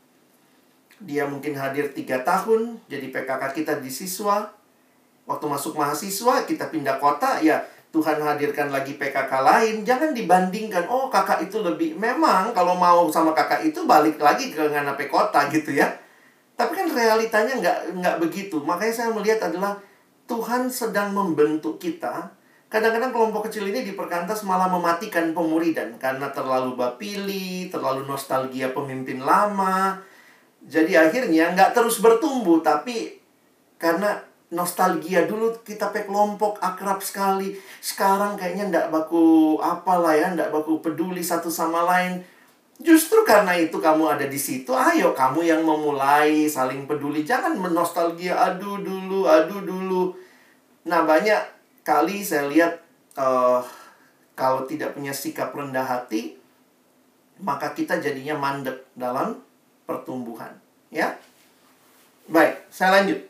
S2: Dia mungkin hadir tiga tahun, jadi P K K kita di siswa. Waktu masuk mahasiswa, kita pindah kota, ya Tuhan hadirkan lagi P K K lain. Jangan dibandingkan, oh kakak itu lebih. Memang kalau mau sama kakak itu balik lagi ke nganape kota gitu ya. Tapi kan realitanya nggak, nggak begitu. Makanya saya melihat adalah Tuhan sedang membentuk kita. Kadang-kadang kelompok kecil ini di perkantas malah mematikan pemuridan. Karena terlalu bapili, terlalu nostalgia pemimpin lama. Jadi akhirnya nggak terus bertumbuh. Tapi karena nostalgia dulu kita pe kelompok akrab sekali. Sekarang kayaknya ndak baku apalah ya, ndak baku peduli satu sama lain. Justru karena itu kamu ada di situ, ayo kamu yang memulai saling peduli. Jangan menostalgia, aduh dulu, aduh dulu. Nah, banyak kali saya lihat uh, kalau tidak punya sikap rendah hati, maka kita jadinya mandek dalam pertumbuhan, ya. Baik, saya lanjut.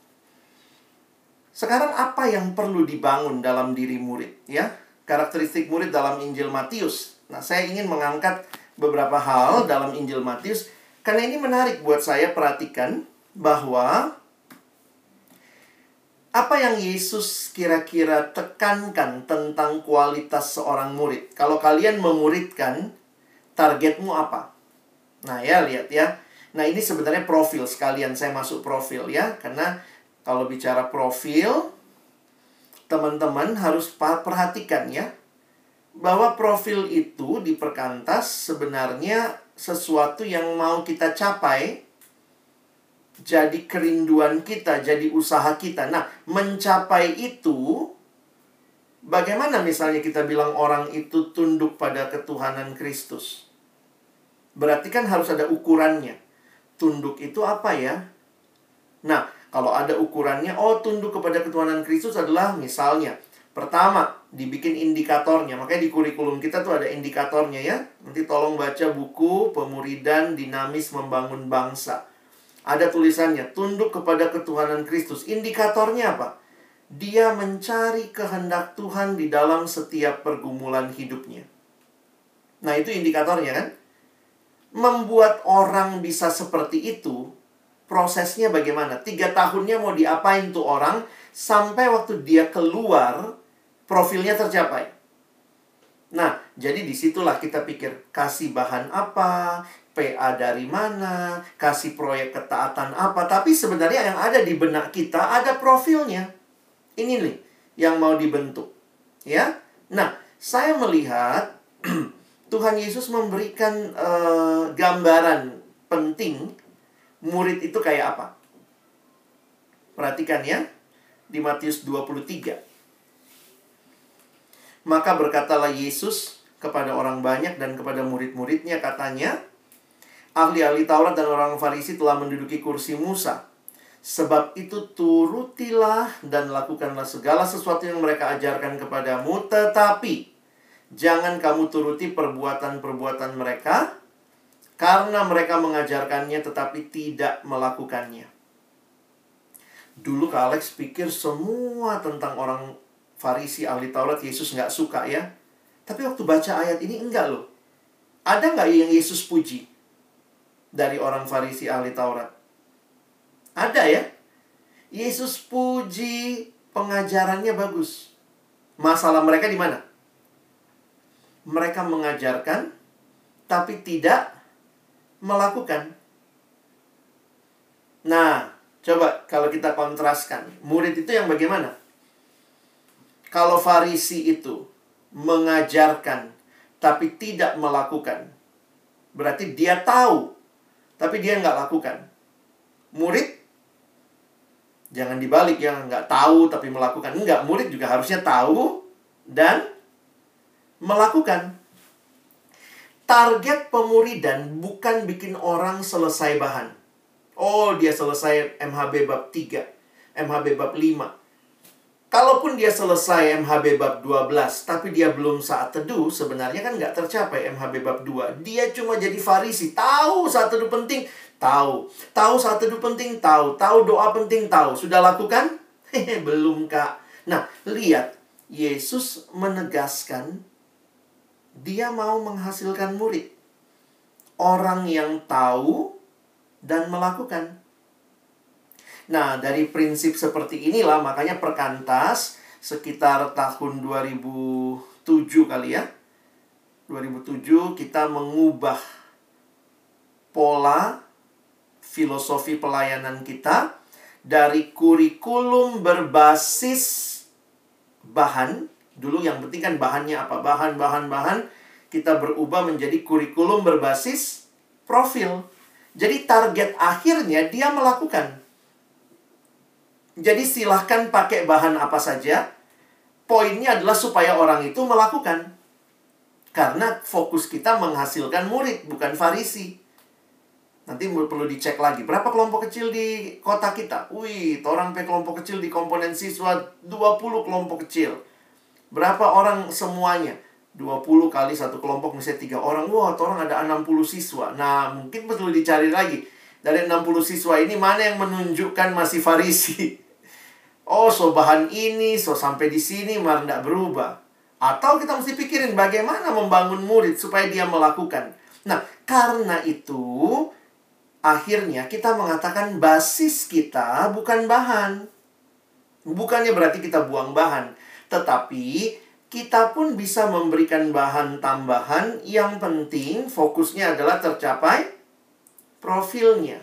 S2: Sekarang apa yang perlu dibangun dalam diri murid, ya? Karakteristik murid dalam Injil Matius. Nah, saya ingin mengangkat beberapa hal dalam Injil Matius karena ini menarik buat saya perhatikan bahwa apa yang Yesus kira-kira tekankan tentang kualitas seorang murid. Kalau kalian memuridkan, targetmu apa? Nah, ya lihat ya. Nah, ini sebenarnya profil sekalian saya masuk profil ya, karena kalau bicara profil, teman-teman harus perhatikan ya, bahwa profil itu di perkantas sebenarnya sesuatu yang mau kita capai, jadi kerinduan kita, jadi usaha kita. Nah, mencapai itu Bagaimana misalnya kita bilang orang itu tunduk pada ketuhanan Kristus? Berarti kan harus ada ukurannya. Tunduk itu apa ya? Nah, kalau ada ukurannya, oh tunduk kepada ketuhanan Kristus adalah misalnya, pertama, dibikin indikatornya. Makanya di kurikulum kita tuh ada indikatornya ya. Nanti tolong baca buku Pemuridan Dinamis Membangun Bangsa. Ada tulisannya, tunduk kepada ketuhanan Kristus. Indikatornya apa? Dia mencari kehendak Tuhan di dalam setiap pergumulan hidupnya. Nah, itu indikatornya kan? Membuat orang bisa seperti itu, prosesnya bagaimana? Tiga tahunnya mau diapain tuh orang, sampai waktu dia keluar, profilnya tercapai. Nah, jadi disitulah kita pikir, kasih bahan apa, P A dari mana, kasih proyek ketaatan apa. Tapi sebenarnya yang ada di benak kita ada profilnya. Ini nih yang mau dibentuk. Ya. Nah, saya melihat Tuhan Yesus memberikan uh, gambaran penting murid itu kayak apa. Perhatikan ya. Di Matius dua puluh tiga. Maka berkatalah Yesus kepada orang banyak dan kepada murid-muridnya, katanya, ahli-ahli Taurat dan orang Farisi telah menduduki kursi Musa. Sebab itu turutilah dan lakukanlah segala sesuatu yang mereka ajarkan kepadamu. Tetapi jangan kamu turuti perbuatan-perbuatan mereka, karena mereka mengajarkannya tetapi tidak melakukannya. Dulu Kak Alex pikir semua tentang orang Farisi, ahli Taurat, Yesus nggak suka ya. Tapi waktu baca ayat ini enggak loh. Ada nggak yang Yesus puji dari orang Farisi, ahli Taurat? Ada ya. Yesus puji, pengajarannya bagus. Masalah mereka di mana? Mereka mengajarkan, tapi tidak melakukan. Nah, coba kalau kita kontraskan. Murid itu yang bagaimana? Kalau Farisi itu mengajarkan, tapi tidak melakukan, berarti dia tahu, tapi dia nggak lakukan. Murid, jangan dibalik ya, nggak tahu tapi melakukan. Enggak, murid juga harusnya tahu dan melakukan. Target pemuridan bukan bikin orang selesai bahan. Oh, dia selesai M H B bab tiga, M H B bab lima. Kalaupun dia selesai M H B bab dua belas, tapi dia belum saat teduh, sebenarnya kan nggak tercapai M H B bab dua. Dia cuma jadi Farisi. Tahu saat teduh penting? Tahu. Tahu saat teduh penting? Tahu. Tahu doa penting? Tahu. Sudah lakukan? Hehe, belum Kak. Nah, lihat. Yesus menegaskan dia mau menghasilkan murid. Orang yang tahu dan melakukan. Nah, dari prinsip seperti inilah makanya Perkantas sekitar tahun dua ribu tujuh kali ya. dua ribu tujuh kita mengubah pola filosofi pelayanan kita dari kurikulum berbasis bahan. Dulu yang penting kan bahannya apa? Bahan, bahan, bahan. Kita berubah menjadi kurikulum berbasis profil. Jadi target akhirnya dia melakukan. Jadi silahkan pakai bahan apa saja. Poinnya adalah supaya orang itu melakukan. Karena fokus kita menghasilkan murid, bukan Farisi. Nanti perlu dicek lagi. Berapa kelompok kecil di kota kita? Wih, orang pe kelompok kecil di komponen siswa dua puluh kelompok kecil. Berapa orang semuanya? dua puluh kali satu kelompok misalnya tiga orang. Wah, orang ada enam puluh siswa. Nah, mungkin perlu dicari lagi. Dari enam puluh siswa ini mana yang menunjukkan masih Farisi? Oh, so bahan ini, so sampai di sini malah tidak berubah. Atau kita mesti pikirin bagaimana membangun murid supaya dia melakukan. Nah, karena itu akhirnya kita mengatakan basis kita bukan bahan. Bukannya berarti kita buang bahan, tetapi kita pun bisa memberikan bahan tambahan. Yang penting fokusnya adalah tercapai profilnya.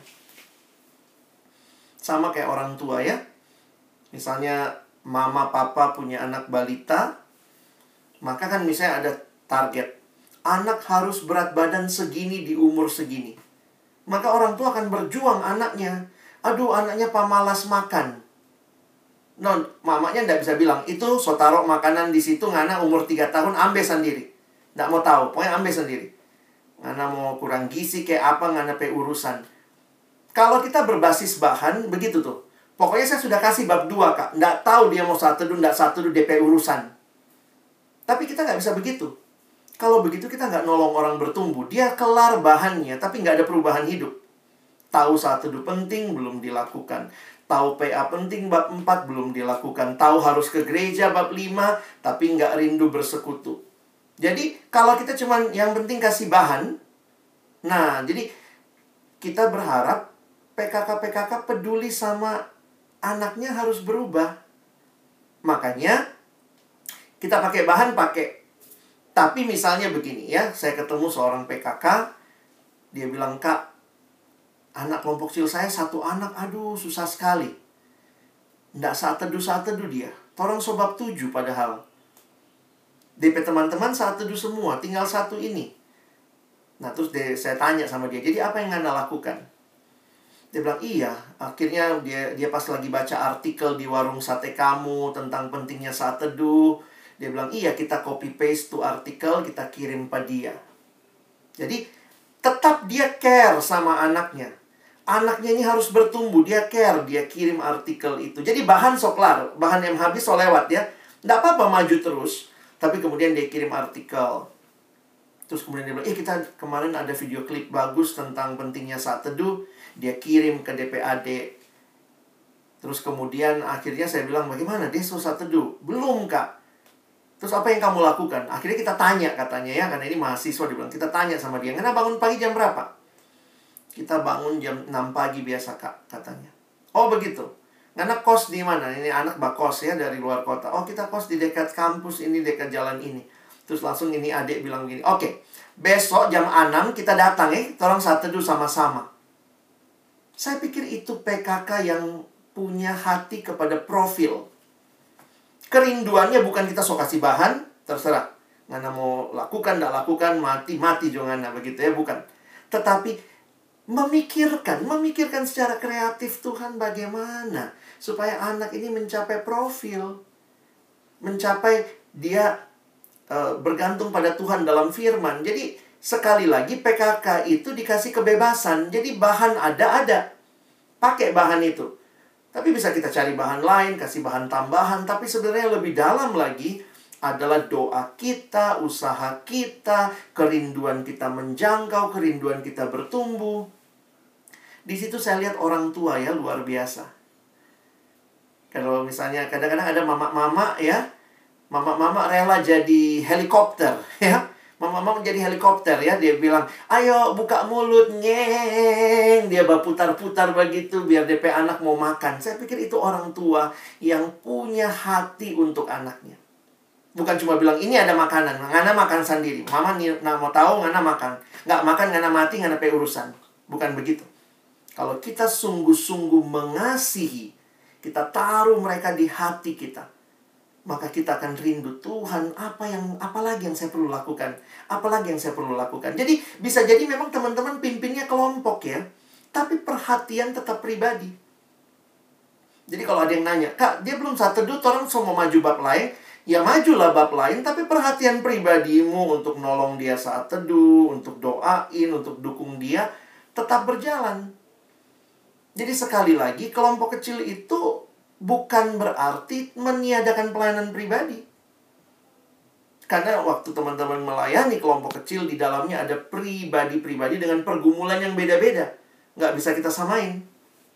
S2: Sama kayak orang tua ya. Misalnya mama papa punya anak balita, maka kan misalnya ada target. Anak harus berat badan segini di umur segini. Maka orang tua akan berjuang anaknya. Aduh, anaknya pamalas makan. Non, mamanya nggak bisa bilang, itu so taruh makanan di situ, Ngana umur tiga tahun, ambil sendiri. Nggak mau tahu, pokoknya ambil sendiri. Ngana mau kurang gizi kayak apa, Ngana pe urusan. Kalau kita berbasis bahan, begitu tuh. Pokoknya saya sudah kasih bab dua, Kak. Nggak tahu dia mau saat teduh, nggak saat teduh, D P urusan. Tapi kita nggak bisa begitu. Kalau begitu kita nggak nolong orang bertumbuh. Dia kelar bahannya, tapi nggak ada perubahan hidup. Tahu saat teduh penting, belum dilakukan. Tahu P A penting, bab empat belum dilakukan. Tahu harus ke gereja, bab lima, tapi nggak rindu bersekutu. Jadi, kalau kita cuman yang penting kasih bahan, nah, jadi kita berharap P K K-P K K peduli sama anaknya harus berubah. Makanya, kita pakai bahan, pakai. Tapi misalnya begini ya, saya ketemu seorang P K K, dia bilang, Kak, anak kelompok kecil saya satu anak, aduh susah sekali. Nggak saat teduh-saat teduh dia. Torang sobab tujuh padahal. D P teman-teman saat teduh semua, tinggal satu ini. Nah terus deh, saya tanya sama dia, jadi apa yang Ngana lakukan? Dia bilang, iya. Akhirnya dia dia pas lagi baca artikel di warung sate kamu tentang pentingnya saat teduh. Dia bilang, iya kita copy paste tuh artikel, kita kirim pada dia. Jadi tetap dia care sama anaknya. Anaknya ini harus bertumbuh, dia care, dia kirim artikel itu. Jadi bahan sok kelar, bahan yang habis so lewat ya. Nggak apa-apa maju terus, tapi kemudian dia kirim artikel. Terus kemudian dia bilang, eh kita kemarin ada video klip bagus tentang pentingnya saat teduh. Dia kirim ke D P A D. Terus kemudian akhirnya saya bilang, bagaimana dia so saat teduh? Belum, Kak. Terus apa yang kamu lakukan? Akhirnya kita tanya katanya ya, karena ini mahasiswa, dia bilang, kita tanya sama dia, Ngana bangun pagi jam berapa? Kita bangun jam enam pagi biasa, Kak, katanya. Oh begitu. Ngana kos di mana? Ini anak bakos ya, dari luar kota. Oh kita kos di dekat kampus ini, dekat jalan ini. Terus langsung ini adik bilang gini, oke, besok jam enam kita datang ya, tolong saat teduh sama-sama. Saya pikir itu P K K yang punya hati kepada profil. Kerinduannya bukan kita sok kasih bahan, terserah. Ngana mau lakukan, nggak lakukan, mati-mati juga Ngana, begitu ya, bukan. Tetapi memikirkan, memikirkan secara kreatif Tuhan bagaimana supaya anak ini mencapai profil, mencapai dia uh, bergantung pada Tuhan dalam firman. Jadi sekali lagi P K K itu dikasih kebebasan. Jadi bahan ada-ada, pakai bahan itu. Tapi bisa kita cari bahan lain, kasih bahan tambahan. Tapi sebenarnya lebih dalam lagi adalah doa kita, usaha kita, kerinduan kita menjangkau, kerinduan kita bertumbuh. Di situ saya lihat orang tua ya, luar biasa. Kalau misalnya kadang-kadang ada mama-mama ya, mama-mama rela jadi helikopter ya. Mama-mama jadi helikopter ya, dia bilang, ayo buka mulut, nyeng. Dia berputar-putar begitu biar D P anak mau makan. Saya pikir itu orang tua yang punya hati untuk anaknya. Bukan cuma bilang, ini ada makanan, Ngana makan sendiri. Mama nggak mau tahu, Ngana makan. Nggak makan, Ngana mati, Ngana pe urusan. Bukan begitu. Kalau kita sungguh-sungguh mengasihi, kita taruh mereka di hati kita, maka kita akan rindu, Tuhan, apa yang, apa lagi yang saya perlu lakukan? Apa lagi yang saya perlu lakukan? Jadi, bisa jadi memang teman-teman pimpinnya kelompok ya, tapi perhatian tetap pribadi. Jadi kalau ada yang nanya, Kak, dia belum saat teduh, orang semua maju bab lain. Ya majulah bab lain, tapi perhatian pribadimu untuk nolong dia saat teduh, untuk doain, untuk dukung dia, tetap berjalan. Jadi sekali lagi, kelompok kecil itu bukan berarti meniadakan pelayanan pribadi. Karena waktu teman-teman melayani kelompok kecil, di dalamnya ada pribadi-pribadi dengan pergumulan yang beda-beda. Nggak bisa kita samain.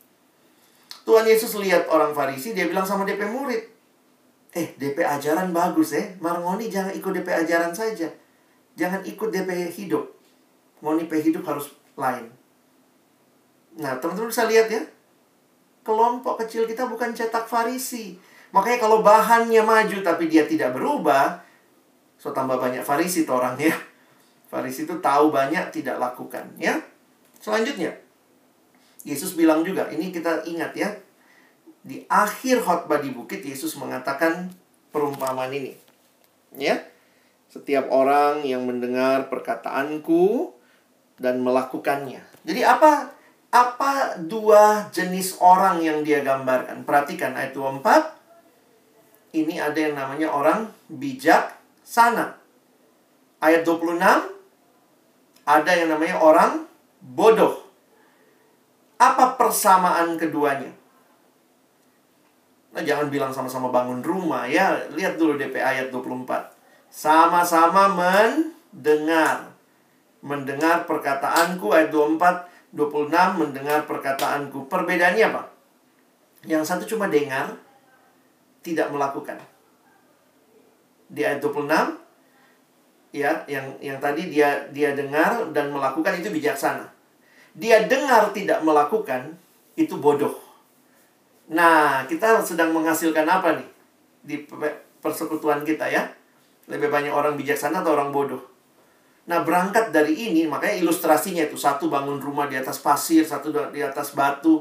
S2: Tuhan Yesus lihat orang Farisi, dia bilang sama D P murid, Eh, D P ajaran bagus ya. Marngoni jangan ikut D P ajaran saja. Jangan ikut D P hidup. Ngoni P hidup harus lain. Nah, teman-teman bisa lihat ya. Kelompok kecil kita bukan cetak Farisi. Makanya kalau bahannya maju tapi dia tidak berubah, so tambah banyak Farisi tuh orang ya. Farisi itu tahu banyak, tidak lakukan ya. Selanjutnya, Yesus bilang juga, ini kita ingat ya. Di akhir khotbah di bukit, Yesus mengatakan perumpamaan ini. Ya. Setiap orang yang mendengar perkataanku dan melakukannya. Jadi apa apa dua jenis orang yang dia gambarkan? Perhatikan ayat dua puluh empat. ini ada yang namanya orang bijaksana. Ayat dua puluh enam, ada yang namanya orang bodoh. Apa persamaan keduanya? Nah, jangan bilang sama-sama bangun rumah ya. Lihat dulu D P ayat dua puluh empat. Sama-sama mendengar. Mendengar perkataanku, ayat dua puluh empat, dua puluh enam, mendengar perkataanku. Perbedaannya apa? Yang satu cuma dengar, tidak melakukan. Di ayat dua puluh enam, ya, yang yang tadi dia dia dengar dan melakukan itu bijaksana. Dia dengar tidak melakukan itu bodoh. Nah, kita sedang menghasilkan apa nih di persekutuan kita ya? Lebih banyak orang bijaksana atau orang bodoh? Nah, berangkat dari ini, makanya ilustrasinya itu satu bangun rumah di atas pasir, satu di atas batu.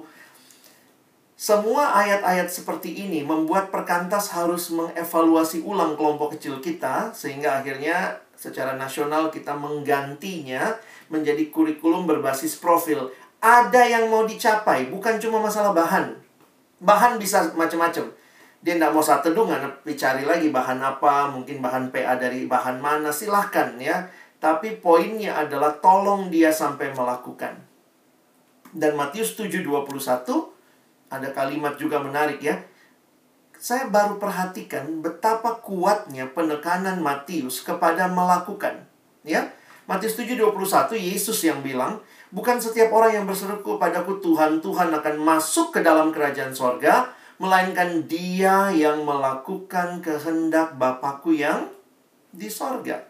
S2: Semua ayat-ayat seperti ini membuat perkantas harus mengevaluasi ulang kelompok kecil kita, sehingga akhirnya secara nasional kita menggantinya menjadi kurikulum berbasis profil. Ada yang mau dicapai, bukan cuma masalah bahan. Bahan bisa macam-macam. Dia tidak mau saat teduh, dicari lagi bahan apa, mungkin bahan P A dari bahan mana, silahkan ya. Tapi poinnya adalah tolong dia sampai melakukan. Dan Matius tujuh dua puluh satu, ada kalimat juga menarik ya. Saya baru perhatikan betapa kuatnya penekanan Matius kepada melakukan. Ya, Matius tujuh dua puluh satu, Yesus yang bilang, bukan setiap orang yang berseru kepadaku Tuhan, Tuhan akan masuk ke dalam kerajaan sorga, melainkan dia yang melakukan kehendak Bapakku yang di sorga.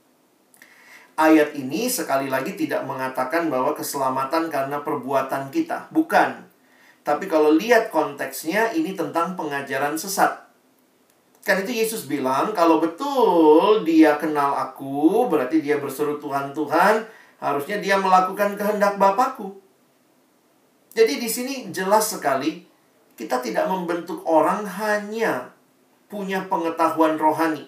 S2: Ayat ini sekali lagi tidak mengatakan bahwa keselamatan karena perbuatan kita. Bukan. Tapi kalau lihat konteksnya, ini tentang pengajaran sesat. Kan itu Yesus bilang, kalau betul dia kenal aku, berarti dia berseru Tuhan, Tuhan, harusnya dia melakukan kehendak Bapakku. Jadi di sini jelas sekali, kita tidak membentuk orang hanya punya pengetahuan rohani.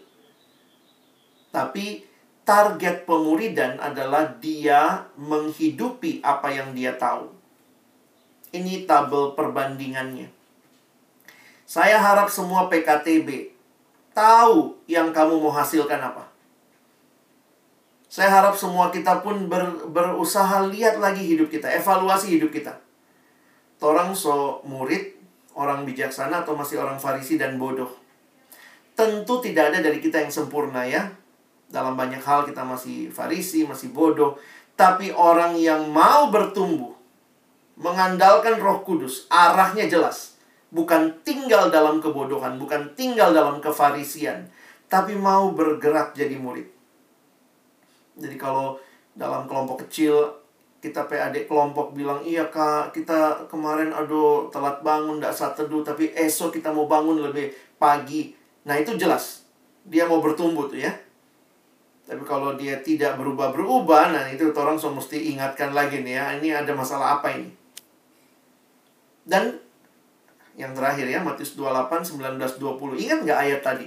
S2: Tapi target pemuridan adalah dia menghidupi apa yang dia tahu. Ini tabel perbandingannya. Saya harap semua P K T B tahu yang kamu mau hasilkan apa. Saya harap semua kita pun ber, berusaha lihat lagi hidup kita, evaluasi hidup kita. Orang so murid, orang bijaksana, atau masih orang Farisi dan bodoh. Tentu tidak ada dari kita yang sempurna ya. Dalam banyak hal kita masih Farisi, masih bodoh. Tapi orang yang mau bertumbuh, mengandalkan Roh Kudus, arahnya jelas. Bukan tinggal dalam kebodohan, bukan tinggal dalam kefarisian, tapi mau bergerak jadi murid. Jadi kalau dalam kelompok kecil, kita P A D kelompok bilang, iya kak, kita kemarin aduh telat bangun, gak saat teduh, tapi esok kita mau bangun lebih pagi. Nah itu jelas, dia mau bertumbuh tuh ya. Tapi kalau dia tidak berubah-berubah, nah itu orang so mesti ingatkan lagi nih ya, ini ada masalah apa ini. Dan yang terakhir ya, Matius dua puluh delapan, sembilan belas, dua puluh. Ingat nggak ayat tadi?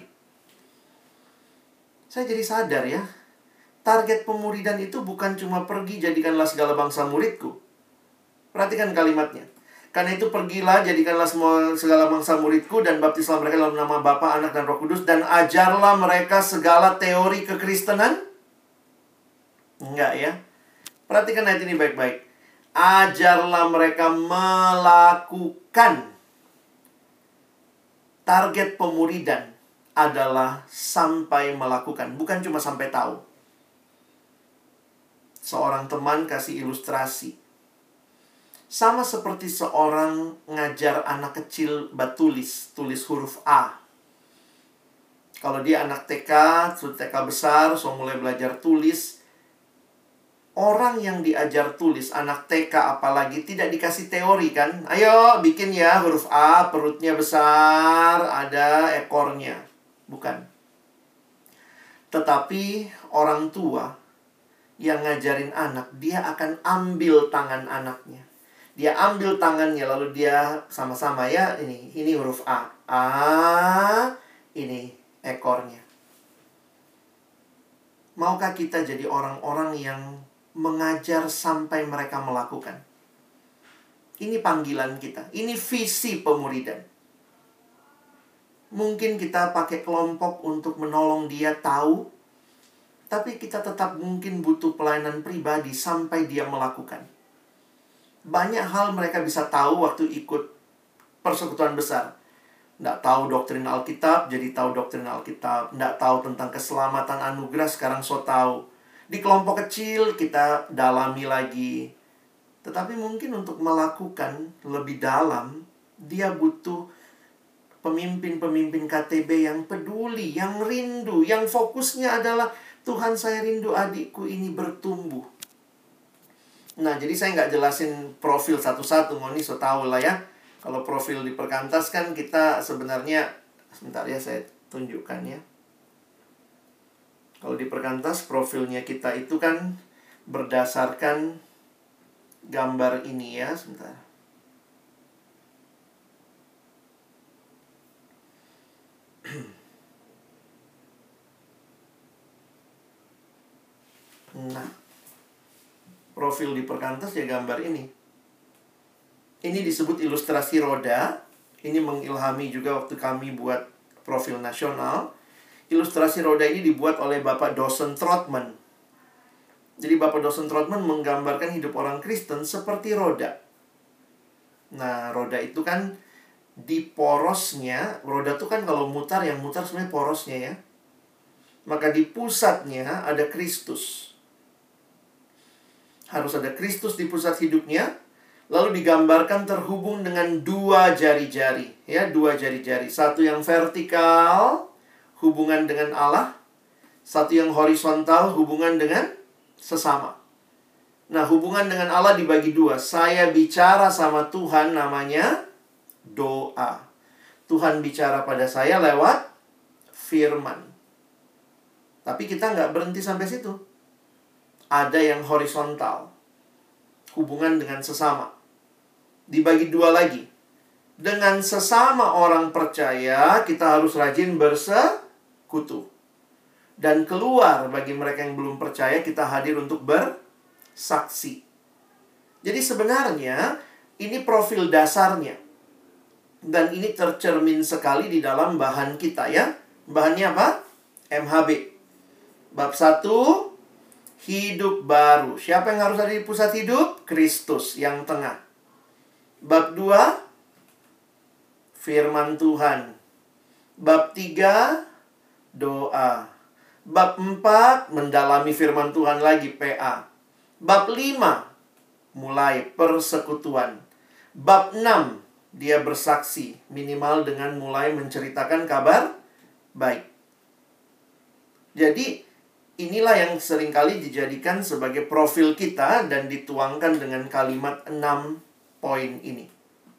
S2: Saya jadi sadar ya, target pemuridan itu bukan cuma pergi jadikanlah segala bangsa muridku. Perhatikan kalimatnya. Karena itu pergilah, jadikanlah semua segala bangsa muridku, dan baptislah mereka dalam nama Bapa, Anak, dan Roh Kudus, dan ajarlah mereka segala teori kekristenan. Enggak ya. Perhatikan ayat ini baik-baik. Ajarlah mereka melakukan. Target pemuridan adalah sampai melakukan, bukan cuma sampai tahu. Seorang teman kasih ilustrasi. Sama seperti seorang ngajar anak kecil batulis, tulis huruf A. Kalau dia anak T K, sudah T K besar, so mulai belajar tulis. Orang yang diajar tulis, anak T K apalagi, tidak dikasih teori kan. Ayo bikin ya huruf A, perutnya besar, ada ekornya. Bukan. Tetapi orang tua yang ngajarin anak, dia akan ambil tangan anaknya. Dia ambil tangannya, lalu dia sama-sama ya, ini ini huruf A. A, ini ekornya. Maukah kita jadi orang-orang yang mengajar sampai mereka melakukan? Ini panggilan kita. Ini visi pemuridan. Mungkin kita pakai kelompok untuk menolong dia tahu, tapi kita tetap mungkin butuh pelayanan pribadi sampai dia melakukan. Banyak hal mereka bisa tahu waktu ikut persekutuan besar. Nggak tahu doktrin Alkitab, jadi tahu doktrin Alkitab. Nggak tahu tentang keselamatan anugerah, sekarang so tahu. Di kelompok kecil kita dalami lagi. Tetapi mungkin untuk melakukan lebih dalam, dia butuh pemimpin-pemimpin K T B yang peduli, yang rindu, yang fokusnya adalah, Tuhan, saya rindu adikku ini bertumbuh. Nah, jadi saya nggak jelasin profil satu-satu, Ngoni so tahu lah ya. Kalau profil di Perkantas kan kita sebenarnya, sebentar ya saya tunjukkan ya. Kalau di Perkantas profilnya kita itu kan berdasarkan gambar ini ya, sebentar. Nah, profil di Perkantas ya gambar ini. Ini disebut ilustrasi roda. Ini mengilhami juga waktu kami buat profil nasional. Ilustrasi roda ini dibuat oleh Bapak Dawson Trotman. Jadi Bapak Dawson Trotman menggambarkan hidup orang Kristen seperti roda. Nah, roda itu kan di porosnya, roda itu kan kalau mutar, yang mutar sebenarnya porosnya ya. Maka di pusatnya ada Kristus. Harus ada Kristus di pusat hidupnya. Lalu digambarkan terhubung dengan dua jari-jari, ya, dua jari-jari. Satu yang vertikal, hubungan dengan Allah. Satu yang horizontal, hubungan dengan sesama. Nah, hubungan dengan Allah dibagi dua. Saya bicara sama Tuhan, namanya doa. Tuhan bicara pada saya lewat firman. Tapi kita nggak berhenti sampai situ. Ada yang horizontal, hubungan dengan sesama. Dibagi dua lagi. Dengan sesama orang percaya, kita harus rajin bersekutu. Dan keluar bagi mereka yang belum percaya, kita hadir untuk bersaksi. Jadi sebenarnya, ini profil dasarnya. Dan ini tercermin sekali di dalam bahan kita ya. Bahannya apa? M H B. Bab satu, hidup baru. Siapa yang harus ada di pusat hidup? Kristus yang tengah. Bab dua, firman Tuhan. Bab tiga, doa. Bab empat, mendalami firman Tuhan lagi, P A. Bab lima, mulai persekutuan. Bab enam, dia bersaksi, minimal dengan mulai menceritakan kabar baik. Jadi, inilah yang seringkali dijadikan sebagai profil kita dan dituangkan dengan kalimat enam poin ini.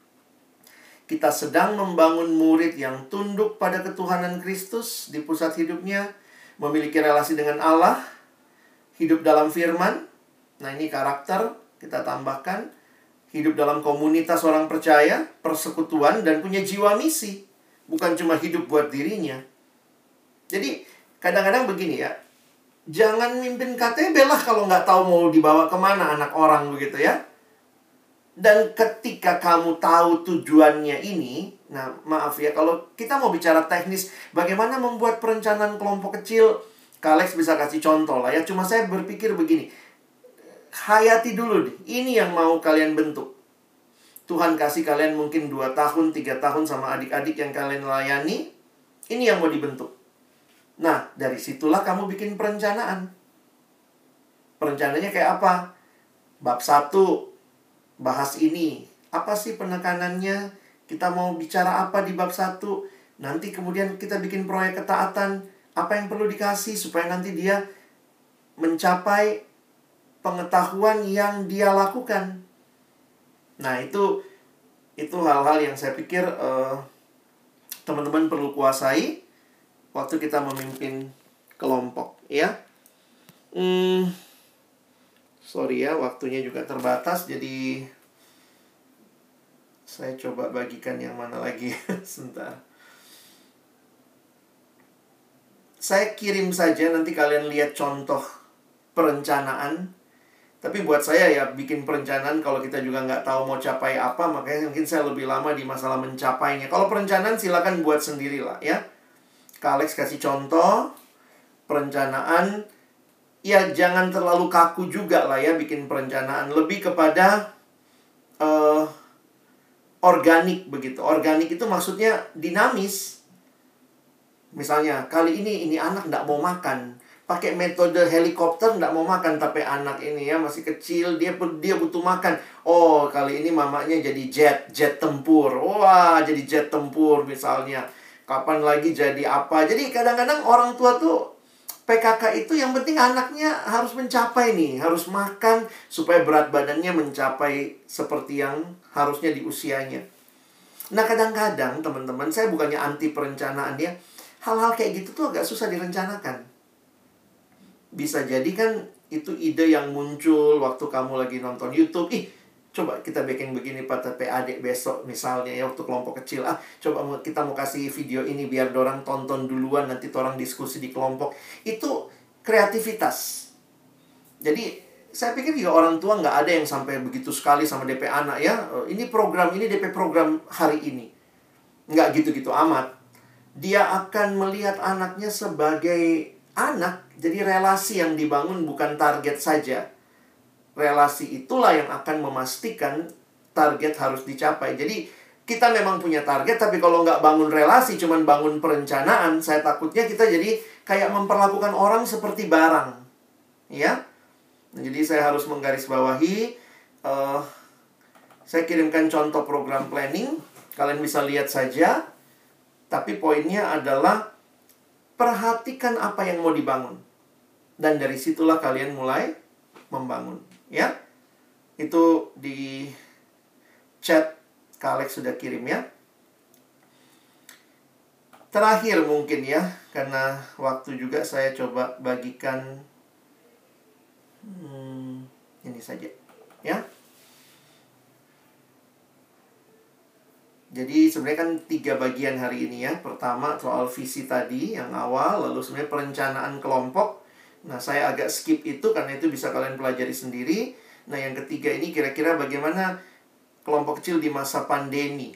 S2: Kita sedang membangun murid yang tunduk pada ketuhanan Kristus di pusat hidupnya, memiliki relasi dengan Allah, hidup dalam firman. Nah, ini karakter kita tambahkan. Hidup dalam komunitas orang percaya, persekutuan, dan punya jiwa misi. Bukan cuma hidup buat dirinya. Jadi, kadang-kadang begini ya. Jangan mimpin K T B lah kalau nggak tahu mau dibawa kemana anak orang begitu ya. Dan ketika kamu tahu tujuannya ini, nah maaf ya, kalau kita mau bicara teknis, bagaimana membuat perencanaan kelompok kecil, Kak Alex bisa kasih contoh lah ya. Cuma saya berpikir begini, hayati dulu deh, ini yang mau kalian bentuk. Tuhan kasih kalian mungkin dua tahun, tiga tahun sama adik-adik yang kalian layani, ini yang mau dibentuk. Nah, dari situlah kamu bikin perencanaan. Perencanaannya kayak apa? Bab satu, bahas ini. Apa sih penekanannya? Kita mau bicara apa di bab satu? Nanti kemudian kita bikin proyek ketaatan. Apa yang perlu dikasih supaya nanti dia mencapai pengetahuan yang dia lakukan. Nah, itu itu hal-hal yang saya pikir uh, teman-teman perlu kuasai waktu kita memimpin kelompok, ya. Hmm, sorry ya, waktunya juga terbatas, jadi saya coba bagikan yang mana lagi. Sebentar. Saya kirim saja, nanti kalian lihat contoh perencanaan. Tapi buat saya ya, bikin perencanaan kalau kita juga nggak tahu mau capai apa, makanya mungkin saya lebih lama di masalah mencapainya. Kalau perencanaan silakan buat sendirilah ya. Kak Alex kasih contoh, perencanaan, ya jangan terlalu kaku juga lah ya bikin perencanaan. Lebih kepada uh, organik begitu. Organik itu maksudnya dinamis. Misalnya, kali ini ini anak nggak mau makan. Pakai metode helikopter nggak mau makan, tapi anak ini ya masih kecil, dia dia butuh makan. Oh, kali ini mamanya jadi jet, jet tempur. Wah, jadi jet tempur misalnya. Kapan lagi jadi apa? Jadi kadang-kadang orang tua tuh P K K itu yang penting anaknya harus mencapai nih, harus makan supaya berat badannya mencapai seperti yang harusnya di usianya. Nah, kadang-kadang teman-teman, saya bukannya anti perencanaan ya. Hal-hal kayak gitu tuh agak susah direncanakan. Bisa jadi kan itu ide yang muncul waktu kamu lagi nonton YouTube. Ih, coba kita bikin begini pada P A D besok misalnya ya, waktu kelompok kecil. Ah, coba kita mau kasih video ini biar dorang tonton duluan, nanti orang diskusi di kelompok. Itu kreativitas. Jadi, saya pikir juga orang tua nggak ada yang sampai begitu sekali sama D P anak ya. Ini program, ini D P program hari ini. Nggak gitu-gitu amat. Dia akan melihat anaknya sebagai anak, jadi relasi yang dibangun bukan target saja. Relasi itulah yang akan memastikan target harus dicapai. Jadi kita memang punya target, tapi kalau nggak bangun relasi, cuman bangun perencanaan, saya takutnya kita jadi kayak memperlakukan orang seperti barang. Ya, jadi saya harus menggarisbawahi. uh, Saya kirimkan contoh program planning, kalian bisa lihat saja. Tapi poinnya adalah perhatikan apa yang mau dibangun. Dan dari situlah kalian mulai membangun. Ya, itu di chat Kak Alex sudah kirim ya. Terakhir mungkin ya, karena waktu juga saya coba bagikan hmm, ini saja ya. Jadi sebenarnya kan tiga bagian hari ini ya. Pertama soal visi tadi yang awal, lalu sebenarnya perencanaan kelompok. Nah, saya agak skip itu karena itu bisa kalian pelajari sendiri. Nah, yang ketiga ini kira-kira bagaimana kelompok kecil di masa pandemi.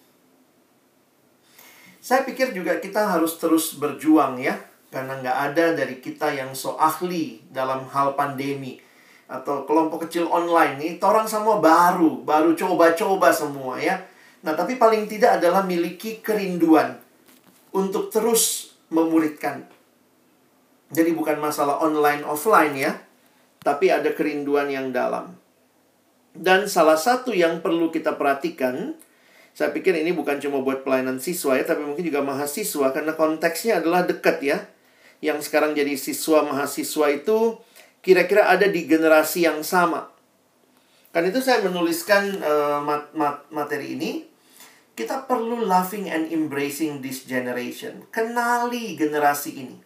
S2: Saya pikir juga kita harus terus berjuang ya, karena nggak ada dari kita yang so ahli dalam hal pandemi. Atau kelompok kecil online nih, orang semua baru, baru coba-coba semua ya. Nah, tapi paling tidak adalah miliki kerinduan untuk terus memuridkan. Jadi bukan masalah online offline ya, tapi ada kerinduan yang dalam. Dan salah satu yang perlu kita perhatikan, saya pikir ini bukan cuma buat pelayanan siswa ya, tapi mungkin juga mahasiswa, karena konteksnya adalah dekat ya. Yang sekarang jadi siswa mahasiswa itu kira-kira ada di generasi yang sama. Kan itu saya menuliskan uh, mat mat materi ini. Kita perlu loving and embracing this generation. Kenali generasi ini.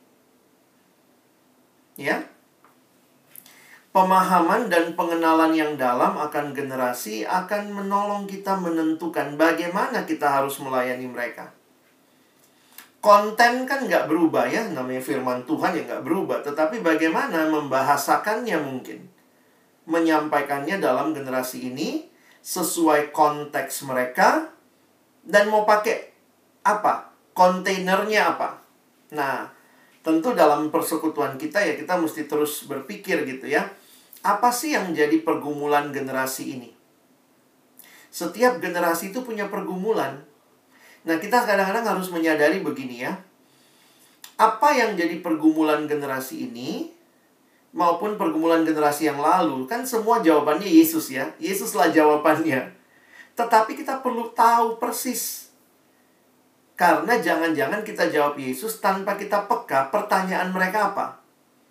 S2: Ya. Pemahaman dan pengenalan yang dalam akan generasi akan menolong kita menentukan bagaimana kita harus melayani mereka. Konten kan nggak berubah ya, namanya firman Tuhan ya nggak berubah. Tetapi bagaimana membahasakannya mungkin. Menyampaikannya dalam generasi ini sesuai konteks mereka. Dan mau pakai apa? Kontainernya apa? Nah, tentu dalam persekutuan kita ya kita mesti terus berpikir gitu ya. Apa sih yang jadi pergumulan generasi ini? Setiap generasi itu punya pergumulan. Nah, kita kadang-kadang harus menyadari begini ya. Apa yang jadi pergumulan generasi ini maupun pergumulan generasi yang lalu, kan semua jawabannya Yesus ya. Yesuslah jawabannya. Tetapi kita perlu tahu persis. Karena jangan-jangan kita jawab Yesus tanpa kita peka pertanyaan mereka apa.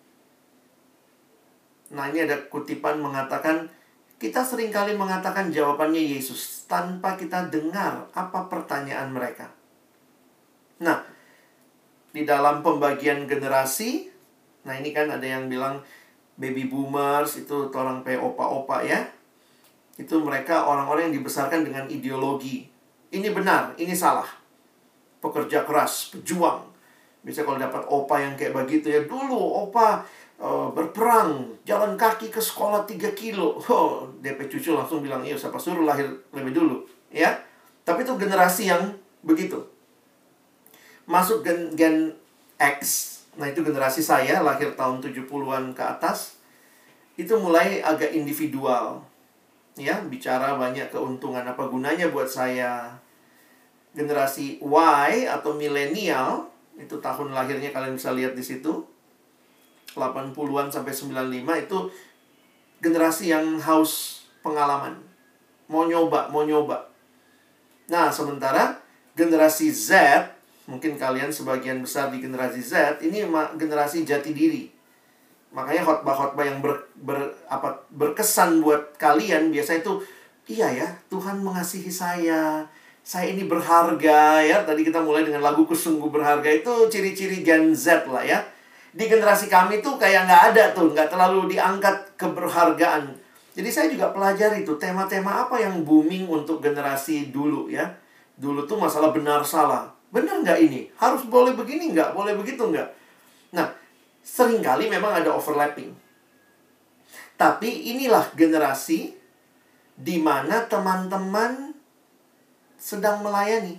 S2: Nah, ini ada kutipan mengatakan, kita seringkali mengatakan jawabannya Yesus tanpa kita dengar apa pertanyaan mereka. Nah, di dalam pembagian generasi, nah ini kan ada yang bilang baby boomers, itu orang kayak opa-opa ya. Itu mereka orang-orang yang dibesarkan dengan ideologi. Ini benar, ini salah. Pekerja keras, pejuang. Bisa kalau dapat opa yang kayak begitu ya. Dulu opa uh, berperang, jalan kaki ke sekolah tiga kilo. Oh, D P cucu langsung bilang, iya siapa suruh lahir lebih dulu. Ya, tapi itu generasi yang begitu. Masuk gen, gen X, nah itu generasi saya, lahir tahun tujuh puluhan ke atas. Itu mulai agak individual. Ya, bicara banyak keuntungan, apa gunanya buat saya. Generasi Y atau milenial, itu tahun lahirnya kalian bisa lihat di situ, delapan puluhan sampai sembilan puluh lima, itu generasi yang haus pengalaman. Mau nyoba, mau nyoba. Nah, sementara generasi Z, mungkin kalian sebagian besar di generasi Z, ini generasi jati diri. Makanya khotbah-khotbah yang ber, ber, apa, berkesan buat kalian biasanya itu, iya ya, Tuhan mengasihi saya, saya ini berharga ya. Tadi kita mulai dengan laguku sungguh berharga, itu ciri-ciri Gen Z lah ya. Di generasi kami tuh kayak nggak ada tuh, nggak terlalu diangkat keberhargaan. Jadi saya juga pelajari tuh tema-tema apa yang booming untuk generasi dulu ya. Dulu tuh masalah benar salah. Benar nggak ini? Harus boleh begini nggak? Boleh begitu nggak? Nah, seringkali memang ada overlapping. Tapi inilah generasi di mana teman-teman sedang melayani.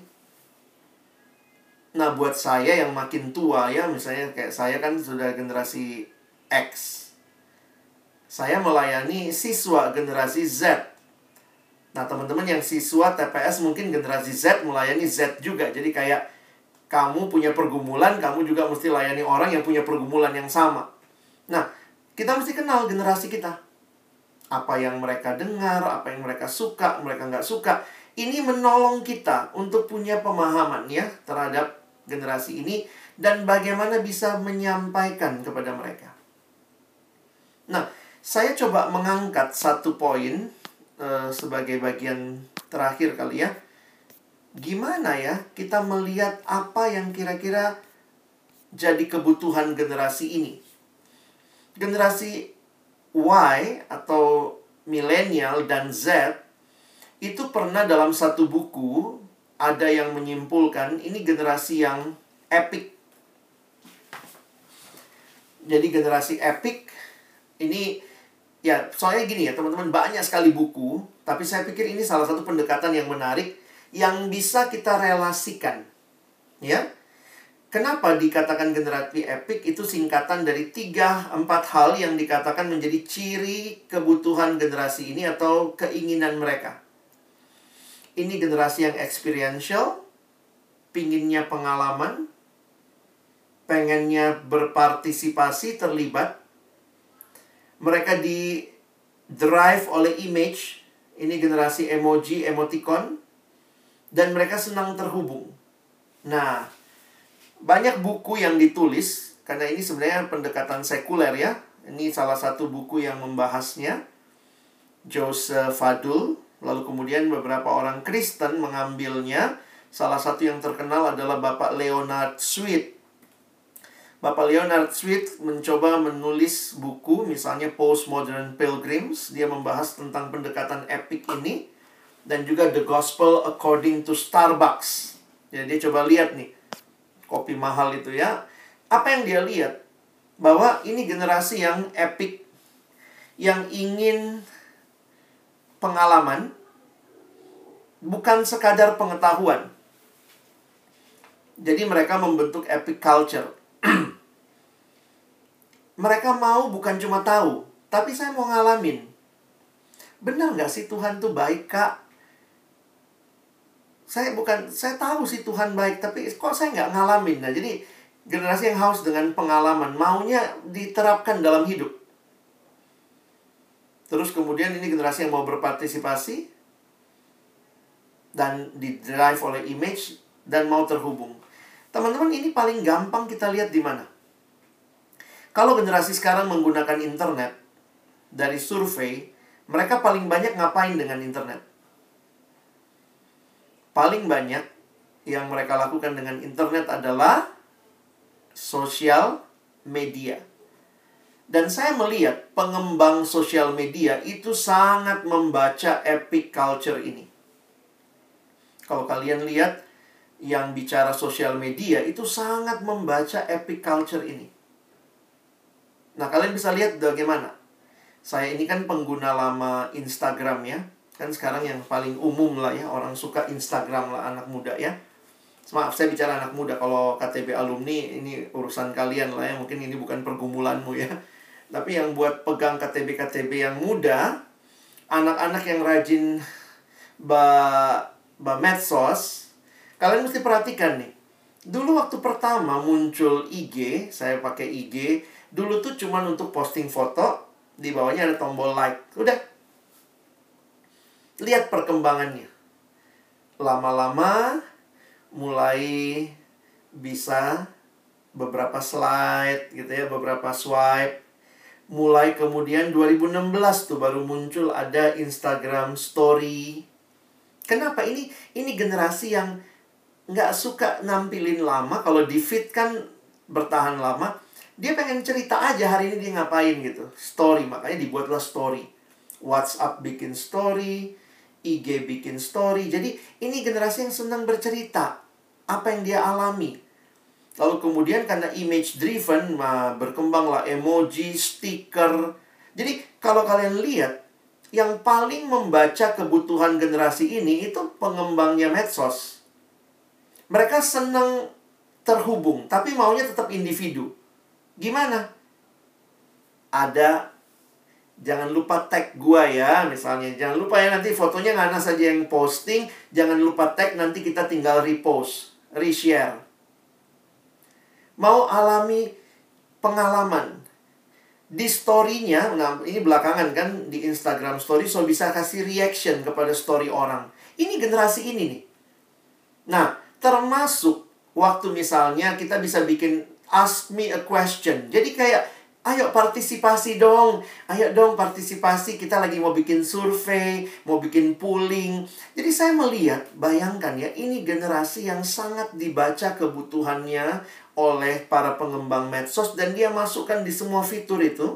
S2: Nah, buat saya yang makin tua ya, misalnya kayak saya kan sudah generasi X. Saya melayani siswa generasi Z. Nah, teman-teman yang siswa T P S mungkin generasi Z melayani Z juga. Jadi kayak kamu punya pergumulan, kamu juga mesti layani orang yang punya pergumulan yang sama. Nah, kita mesti kenal generasi kita. Apa yang mereka dengar, apa yang mereka suka, mereka nggak suka. Ini menolong kita untuk punya pemahaman ya terhadap generasi ini dan bagaimana bisa menyampaikan kepada mereka. Nah, saya coba mengangkat satu poin uh, sebagai bagian terakhir kali ya. Gimana ya kita melihat apa yang kira-kira jadi kebutuhan generasi ini. Generasi Y atau milenial dan Z itu pernah dalam satu buku ada yang menyimpulkan ini generasi yang epic. Jadi generasi epic ini ya, soalnya gini ya teman-teman, banyak sekali buku, tapi saya pikir ini salah satu pendekatan yang menarik yang bisa kita relasikan. Ya. Kenapa dikatakan generasi epic? Itu singkatan dari tiga empat hal yang dikatakan menjadi ciri kebutuhan generasi ini atau keinginan mereka. Ini generasi yang experiential, pinginnya pengalaman, pengennya berpartisipasi, terlibat. Mereka di drive oleh image. Ini generasi emoji, emoticon. Dan mereka senang terhubung. Nah, banyak buku yang ditulis, karena ini sebenarnya pendekatan sekuler ya. Ini salah satu buku yang membahasnya, Joseph Fadul. Lalu kemudian beberapa orang Kristen mengambilnya. Salah satu yang terkenal adalah Bapak Leonard Sweet. Bapak Leonard Sweet mencoba menulis buku, misalnya Postmodern Pilgrims. Dia membahas tentang pendekatan epic ini. Dan juga The Gospel According to Starbucks. Jadi dia coba lihat nih, kopi mahal itu ya. Apa yang dia lihat? Bahwa ini generasi yang epic, yang ingin pengalaman, bukan sekadar pengetahuan. Jadi mereka membentuk epic culture. Mereka mau bukan cuma tahu, tapi saya mau ngalamin. Benar nggak sih Tuhan tuh baik, Kak? Saya bukan, saya tahu sih Tuhan baik, tapi kok saya nggak ngalamin. Nah, jadi generasi yang haus dengan pengalaman, maunya diterapkan dalam hidup. Terus kemudian ini generasi yang mau berpartisipasi dan di-drive oleh image dan mau terhubung. Teman-teman, ini paling gampang kita lihat di mana? Kalau generasi sekarang menggunakan internet, dari survei, mereka paling banyak ngapain dengan internet? Paling banyak yang mereka lakukan dengan internet adalah sosial media. Dan saya melihat pengembang sosial media itu sangat membaca epic culture ini. Kalau kalian lihat yang bicara sosial media itu sangat membaca epic culture ini. Nah, kalian bisa lihat bagaimana. Saya ini kan pengguna lama Instagram ya. Kan sekarang yang paling umum lah ya, orang suka Instagram lah, anak muda ya. Maaf, saya bicara anak muda. Kalau K T B alumni, ini urusan kalian lah ya. Mungkin ini bukan pergumulanmu ya. Tapi yang buat pegang K T B-K T B yang muda, anak-anak yang rajin ba, ba medsos, kalian mesti perhatikan nih. Dulu waktu pertama muncul I G, saya pakai I G, dulu tuh cuman untuk posting foto, di bawahnya ada tombol like. Udah. Lihat perkembangannya. Lama-lama mulai bisa beberapa slide gitu ya, beberapa swipe. Mulai kemudian dua ribu enam belas tuh baru muncul ada Instagram Story. Kenapa? Ini ini generasi yang nggak suka nampilin lama. Kalau di feed kan bertahan lama. Dia pengen cerita aja hari ini dia ngapain gitu. Story, makanya dibuatlah story. WhatsApp bikin story, I G bikin story. Jadi ini generasi yang senang bercerita apa yang dia alami. Lalu kemudian karena image driven, nah, berkembanglah emoji, stiker. Jadi kalau kalian lihat, yang paling membaca kebutuhan generasi ini itu pengembangnya medsos. Mereka senang terhubung, tapi maunya tetap individu. Gimana? Ada, jangan lupa tag gua ya, misalnya. Jangan lupa ya, nanti fotonya Ngana saja yang posting. Jangan lupa tag, nanti kita tinggal repost, reshare. Mau alami pengalaman. Di story-nya, nah ini belakangan kan, di Instagram story, so bisa kasih reaction kepada story orang. Ini generasi ini nih. Nah, termasuk waktu misalnya kita bisa bikin ask me a question. Jadi kayak, ayo partisipasi dong. Ayo dong partisipasi. Kita lagi mau bikin survei, mau bikin polling. Jadi saya melihat, bayangkan ya, ini generasi yang sangat dibaca kebutuhannya oleh para pengembang medsos. Dan dia masukkan di semua fitur itu.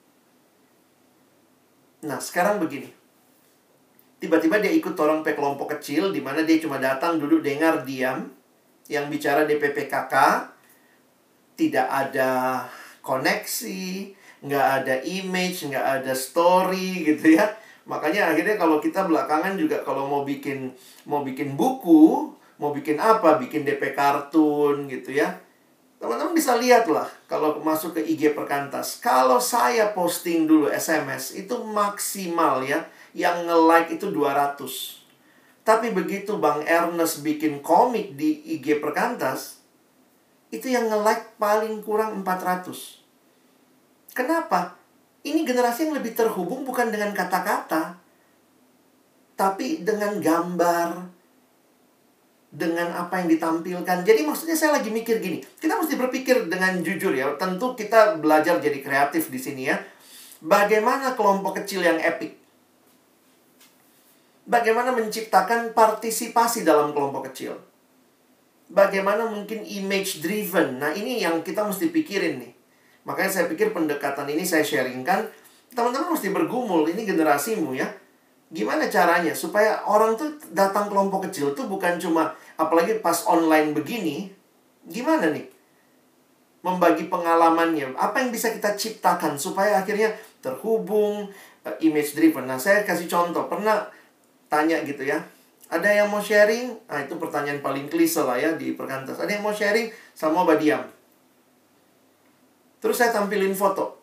S2: Nah, sekarang begini. Tiba-tiba dia ikut orang pe kelompok kecil, di mana dia cuma datang, duduk, dengar, diam. Yang bicara D P P K K. Tidak ada koneksi, nggak ada image, nggak ada story gitu ya. Makanya akhirnya kalau kita belakangan juga kalau mau bikin mau bikin buku, mau bikin apa, bikin D P kartun gitu ya. Teman-teman bisa lihat lah kalau masuk ke I G Perkantas. Kalau saya posting dulu S M S itu maksimal ya, yang nge-like itu dua ratus. Tapi begitu Bang Ernest bikin komik di I G Perkantas, itu yang nge-like paling kurang empat ratus. Kenapa? Ini generasi yang lebih terhubung bukan dengan kata-kata, tapi dengan gambar, dengan apa yang ditampilkan. Jadi maksudnya saya lagi mikir gini, kita mesti berpikir dengan jujur ya. Tentu kita belajar jadi kreatif di sini ya. Bagaimana kelompok kecil yang epic? Bagaimana menciptakan partisipasi dalam kelompok kecil? Bagaimana mungkin image driven? Nah, ini yang kita mesti pikirin nih. Makanya saya pikir pendekatan ini saya sharingkan. Teman-teman mesti bergumul, ini generasimu ya. Gimana caranya supaya orang tuh datang kelompok kecil tuh bukan cuma, apalagi pas online begini, gimana nih? Membagi pengalamannya. Apa yang bisa kita ciptakan supaya akhirnya terhubung, uh, image driven. Nah, saya kasih contoh. Pernah tanya gitu ya. Ada yang mau sharing? Nah, itu pertanyaan paling klise lah ya di Perkantas. Ada yang mau sharing? Sama badiam. Terus saya tampilin foto.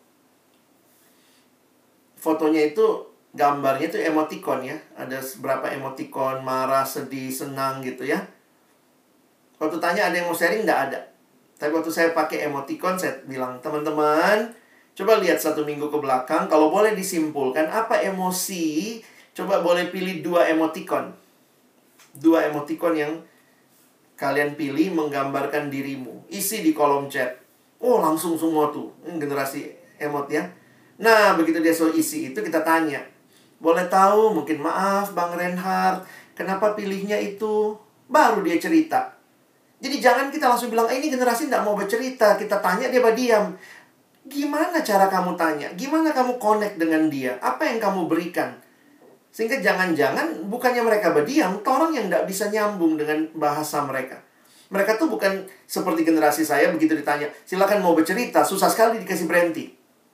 S2: Fotonya itu, gambarnya itu emoticon ya. Ada beberapa emoticon, marah, sedih, senang gitu ya. Waktu tanya ada yang mau sharing, nggak ada. Tapi waktu saya pakai emoticon, saya bilang, teman-teman, coba lihat satu minggu ke belakang. Kalau boleh disimpulkan, apa emosi? Coba boleh pilih dua emoticon. Dua emoticon yang kalian pilih menggambarkan dirimu. Isi di kolom chat. Oh, langsung semua tuh. Hmm, generasi emot ya. Nah, begitu dia so isi itu, kita tanya. Boleh tahu, mungkin maaf Bang Reinhardt, kenapa pilihnya itu? Baru dia cerita. Jadi jangan kita langsung bilang, eh, ini generasi tidak mau bercerita. Kita tanya, dia berdiam. Gimana cara kamu tanya? Gimana kamu connect dengan dia? Apa yang kamu berikan? Sehingga jangan-jangan bukannya mereka berdiam, orang yang tidak bisa nyambung dengan bahasa mereka. Mereka tuh bukan seperti generasi saya, begitu ditanya, silakan mau bercerita, susah sekali dikasih berhenti.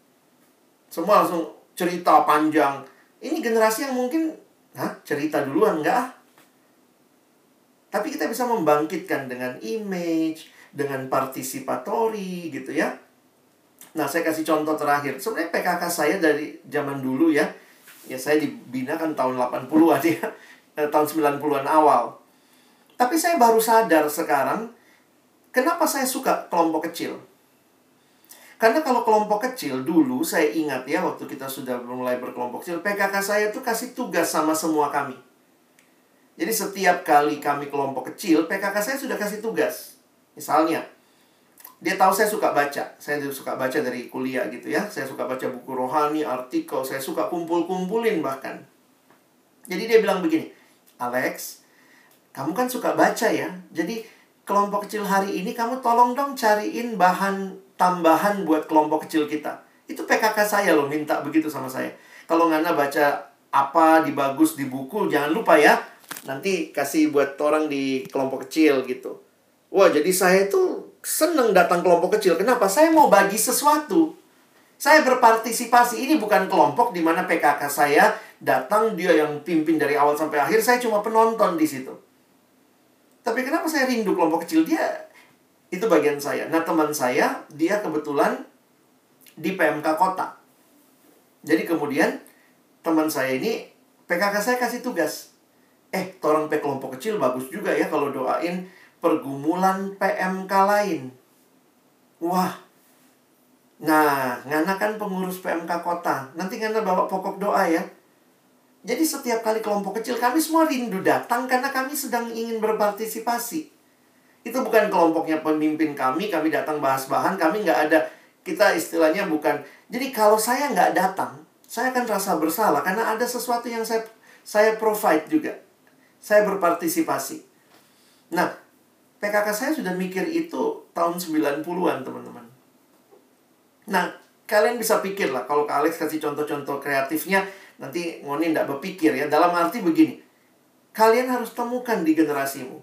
S2: Semua langsung cerita panjang. Ini generasi yang mungkin, hah, cerita duluan, enggak ah. Tapi kita bisa membangkitkan dengan image, dengan participatory gitu ya. Nah, saya kasih contoh terakhir. Sebenarnya P K K saya dari zaman dulu ya. Ya, saya dibina kan tahun delapan puluhan ya. Tahun sembilan puluhan awal. Tapi saya baru sadar sekarang, kenapa saya suka kelompok kecil. Karena kalau kelompok kecil, dulu saya ingat ya, waktu kita sudah mulai berkelompok kecil, P K K saya tuh kasih tugas sama semua kami. Jadi setiap kali kami kelompok kecil, P K K saya sudah kasih tugas. Misalnya, dia tahu saya suka baca. Saya suka baca dari kuliah gitu ya. Saya suka baca buku rohani, artikel. Saya suka kumpul-kumpulin bahkan. Jadi dia bilang begini, Alex, kamu kan suka baca ya. Jadi kelompok kecil hari ini kamu tolong dong cariin bahan tambahan buat kelompok kecil kita. Itu P K K saya loh minta begitu sama saya. Kalau Ngana baca apa di bagus di buku, jangan lupa ya. Nanti kasih buat orang di kelompok kecil gitu. Wah, jadi saya tuh seneng datang kelompok kecil. Kenapa? Saya mau bagi sesuatu. Saya berpartisipasi. Ini bukan kelompok di mana P K K saya datang, dia yang pimpin dari awal sampai akhir. Saya cuma penonton di situ. Tapi kenapa saya rindu kelompok kecil? Dia, itu bagian saya. Nah, teman saya, dia kebetulan di P M K kota. Jadi kemudian, teman saya ini, P K K saya kasih tugas. Eh, orang P kelompok kecil bagus juga ya kalau doain pergumulan P M K lain. Wah. Nah, Ngana kan pengurus P M K kota. Nanti Ngana bawa pokok doa ya. Jadi setiap kali kelompok kecil, kami semua rindu datang karena kami sedang ingin berpartisipasi. Itu bukan kelompoknya pemimpin kami, kami datang bahas bahan, kami nggak ada, kita istilahnya bukan. Jadi kalau saya nggak datang, saya akan rasa bersalah karena ada sesuatu yang saya saya provide juga. Saya berpartisipasi. Nah, P K K saya sudah mikir itu tahun sembilan puluhan, teman-teman. Nah, kalian bisa pikir lah, kalau Kak Alex kasih contoh-contoh kreatifnya, nanti Ngoni nggak berpikir ya. Dalam arti begini, kalian harus temukan di generasimu.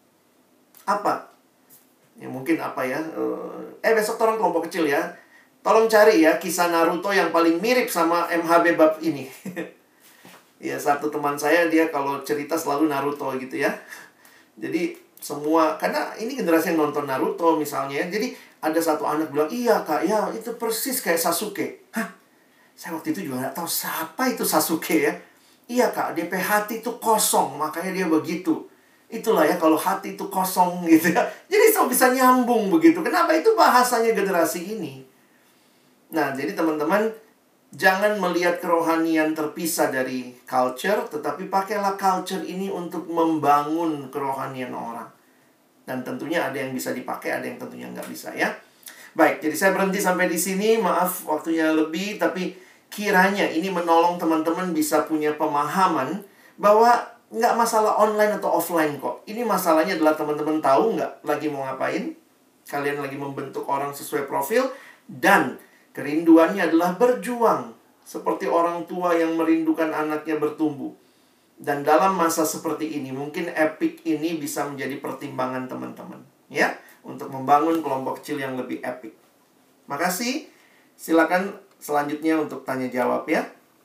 S2: Apa? Ya mungkin apa ya, eh besok orang kelompok kecil ya. Tolong cari ya kisah Naruto yang paling mirip sama M H B bab ini. Ya, satu teman saya, dia kalau cerita selalu Naruto gitu ya. Jadi semua, karena ini generasi yang nonton Naruto misalnya ya. Jadi ada satu anak bilang, iya kak, ya itu persis kayak Sasuke. Hah? Saya waktu itu juga gak tahu siapa itu Sasuke ya. Iya kak, D P hati itu kosong, makanya dia begitu. Itulah ya kalau hati itu kosong gitu ya. Jadi so bisa nyambung begitu. Kenapa? Itu bahasanya generasi ini. Nah, jadi teman-teman, jangan melihat kerohanian terpisah dari culture, tetapi pakailah culture ini untuk membangun kerohanian orang. Dan tentunya ada yang bisa dipakai, ada yang tentunya nggak bisa ya. Baik, jadi saya berhenti sampai di sini. Maaf waktunya lebih, tapi kiranya ini menolong teman-teman bisa punya pemahaman bahwa nggak masalah online atau offline kok. Ini masalahnya adalah teman-teman tahu nggak lagi mau ngapain. Kalian lagi membentuk orang sesuai profil. Dan kerinduannya adalah berjuang. Seperti orang tua yang merindukan anaknya bertumbuh. Dan dalam masa seperti ini, mungkin epic ini bisa menjadi pertimbangan teman-teman. Ya, untuk membangun kelompok kecil yang lebih epic. Makasih. Silakan selanjutnya untuk tanya jawab ya.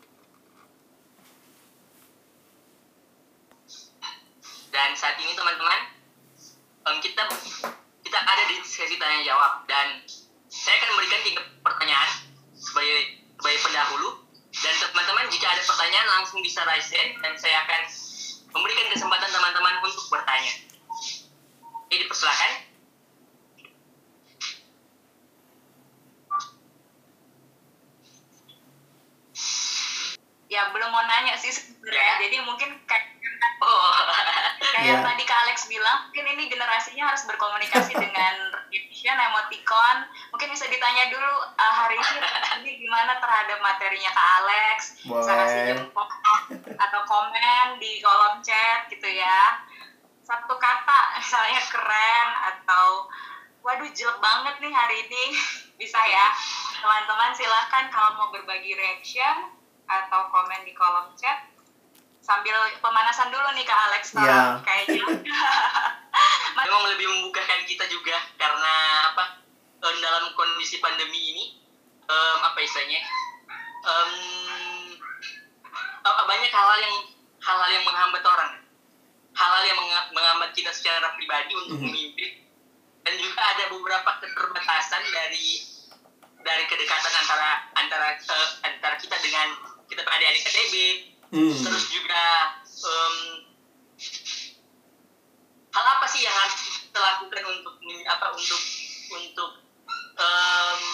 S3: Dan saat ini teman-teman, um, kita kita ada di sesi tanya jawab, dan saya akan memberikan tiga pertanyaan sebagai sebagai pendahulu, dan teman-teman jika ada pertanyaan langsung bisa raise hand, dan saya akan memberikan kesempatan teman-teman untuk bertanya. Oke, dipersilakan.
S4: Ya, belum mau nanya sih sebenarnya.
S3: Ya.
S4: Jadi mungkin kayak
S3: Oh.
S4: kayak
S2: Ya.
S4: tadi Kak Alex bilang, mungkin ini generasinya harus berkomunikasi dengan recognition, emoticon. Mungkin bisa ditanya dulu, uh, hari ini ini gimana terhadap materinya Kak Alex. Bisa kasih
S2: Boleh.
S4: jempol atau komen di kolom chat gitu ya. Satu kata, misalnya keren atau waduh jelek banget nih hari ini. Bisa ya. Teman-teman silahkan kalau mau berbagi reaction atau komen di kolom chat. Sambil pemanasan dulu nih Kak Alex,
S2: Ya.
S4: kayaknya.
S3: Memang lebih membukakan kita juga karena apa? um, dalam kondisi pandemi ini, um, apa istilahnya? um, banyak hal-hal yang hal-hal yang menghambat orang, hal-hal yang menghambat kita secara pribadi untuk mm-hmm. memimpin, dan juga ada beberapa keterbatasan dari dari kedekatan antara antara uh, antara kita dengan kita adik-adik K T B, mm. terus juga um, hal apa sih yang harus kita lakukan untuk apa untuk untuk um,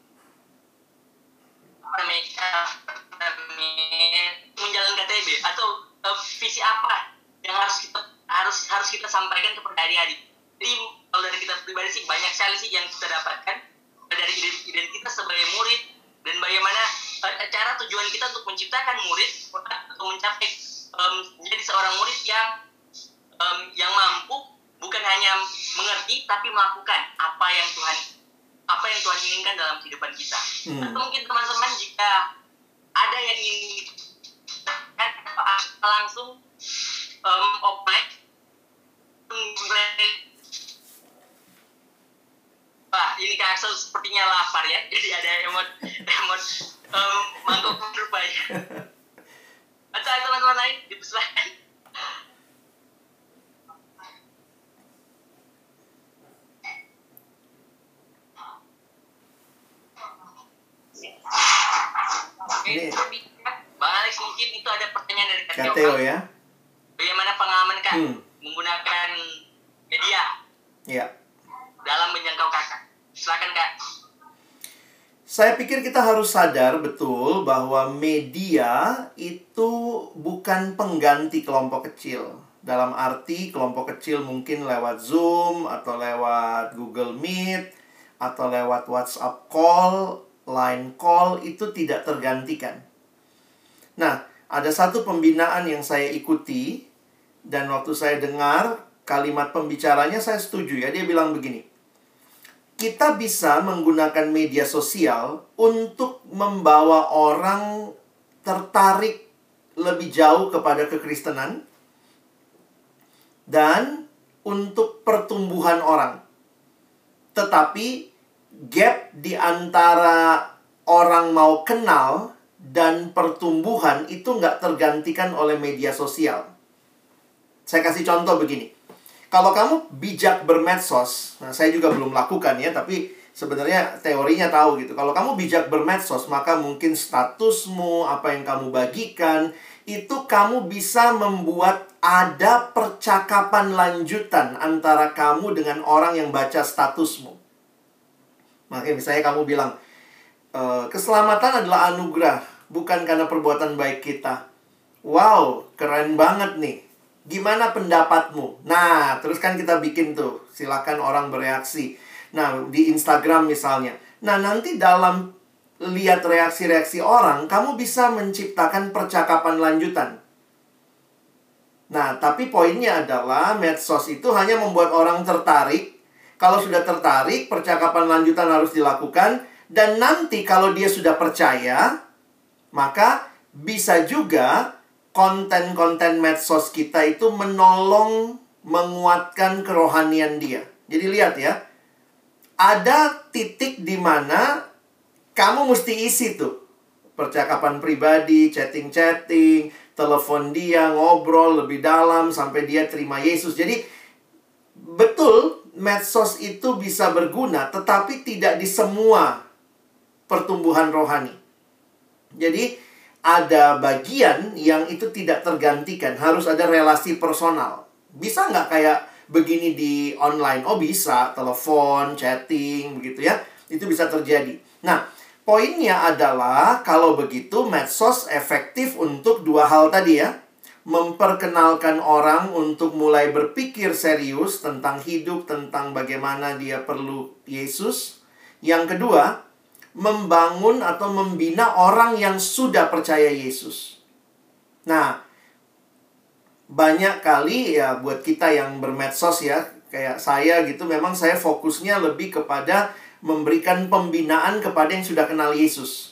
S3: apa namanya menjalankan K T B atau uh, visi apa yang harus kita harus harus kita sampaikan kepada adik-adik. Jadi kalau dari kita pribadi sih banyak sekali sih yang kita dapatkan dari identitas sebagai murid, dan bagaimana uh, cara tujuan kita untuk menciptakan murid atau mencapai um, menjadi seorang murid yang um, yang mampu bukan hanya mengerti tapi melakukan apa yang Tuhan apa yang Tuhan inginkan dalam kehidupan kita. Hmm. Atau mungkin teman-teman jika ada yang ingin langsung um, offline, wah ini Kak Axel sepertinya lapar ya, jadi ada emot emot um, mangkok rupanya. Atau teman-teman lain dipersilakan.
S2: Ini
S3: Bang Alex, mungkin itu ada pertanyaan dari Kak
S2: Teo ya.
S3: Bagaimana pengalaman Kak
S2: hmm.
S3: menggunakan media
S2: ya.
S3: dalam menjangkau Kakak? Silakan Kak.
S2: Saya pikir kita harus sadar betul bahwa media itu bukan pengganti kelompok kecil. Dalam arti kelompok kecil mungkin lewat Zoom atau lewat Google Meet atau lewat WhatsApp call, Line call, itu tidak tergantikan. Nah, ada satu pembinaan yang saya ikuti, dan waktu saya dengar kalimat pembicaranya saya setuju ya. Dia bilang begini, kita bisa menggunakan media sosial untuk membawa orang tertarik lebih jauh kepada kekristenan dan untuk pertumbuhan orang. Tetapi gap di antara orang mau kenal dan pertumbuhan itu nggak tergantikan oleh media sosial. Saya kasih contoh begini. Kalau kamu bijak bermedsos, nah saya juga belum lakukan ya, tapi sebenarnya teorinya tahu gitu. Kalau kamu bijak bermedsos, maka mungkin statusmu, apa yang kamu bagikan, itu kamu bisa membuat ada percakapan lanjutan antara kamu dengan orang yang baca statusmu. Makanya misalnya kamu bilang, e, keselamatan adalah anugerah, bukan karena perbuatan baik kita. Wow, keren banget nih. Gimana pendapatmu? Nah, terus kan kita bikin tuh. Silakan orang bereaksi. Nah, di Instagram misalnya. Nah, nanti dalam lihat reaksi-reaksi orang, kamu bisa menciptakan percakapan lanjutan. Nah, tapi poinnya adalah medsos itu hanya membuat orang tertarik. Kalau sudah tertarik, percakapan lanjutan harus dilakukan. Dan nanti kalau dia sudah percaya, maka bisa juga konten-konten medsos kita itu menolong menguatkan kerohanian dia. Jadi lihat ya, ada titik di mana kamu mesti isi tuh percakapan pribadi, chatting-chatting, telepon dia, ngobrol lebih dalam sampai dia terima Yesus. Jadi betul, medsos itu bisa berguna, tetapi tidak di semua pertumbuhan rohani. Jadi ada bagian yang itu tidak tergantikan. Harus ada relasi personal. Bisa nggak kayak begini di online? Oh bisa, telepon, chatting, begitu ya. Itu bisa terjadi. Nah, poinnya adalah kalau begitu medsos efektif untuk dua hal tadi ya. Memperkenalkan orang untuk mulai berpikir serius tentang hidup, tentang bagaimana dia perlu Yesus. Yang kedua, membangun atau membina orang yang sudah percaya Yesus. Nah, banyak kali ya buat kita yang bermedsos ya, kayak saya gitu, memang saya fokusnya lebih kepada memberikan pembinaan kepada yang sudah kenal Yesus.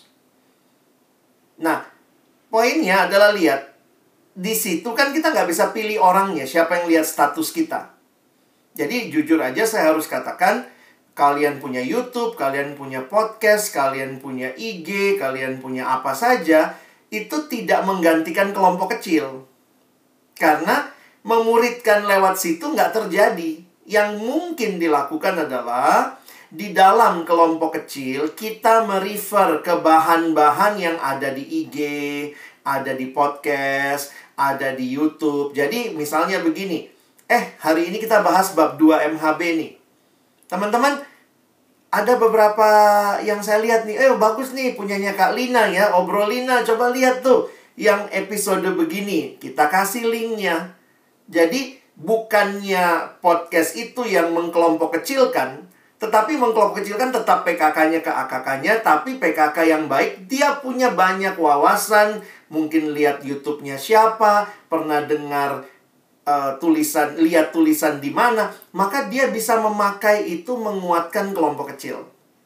S2: Nah, poinnya adalah lihat, di situ kan kita nggak bisa pilih orangnya, siapa yang lihat status kita. Jadi jujur aja saya harus katakan, Kalian punya YouTube, kalian punya podcast, kalian punya I G, kalian punya apa saja, itu tidak menggantikan kelompok kecil. Karena memuridkan lewat situ nggak terjadi. Yang mungkin dilakukan adalah di dalam kelompok kecil kita merefer ke bahan-bahan yang ada di I G, ada di podcast, ada di YouTube. Jadi misalnya begini, eh hari ini kita bahas bab dua M H B nih. Teman-teman, ada beberapa yang saya lihat nih, eh bagus nih punyanya Kak Lina ya, Obrolina, coba lihat tuh yang episode begini, kita kasih linknya. Jadi bukannya podcast itu yang mengkelompok kecilkan, tetapi mengkelompok kecilkan tetap P K K-nya ke A K K-nya, tapi P K K yang baik, dia punya banyak wawasan, mungkin lihat YouTube-nya siapa, pernah dengar Uh, tulisan, lihat tulisan di mana, maka dia bisa memakai itu menguatkan kelompok kecil.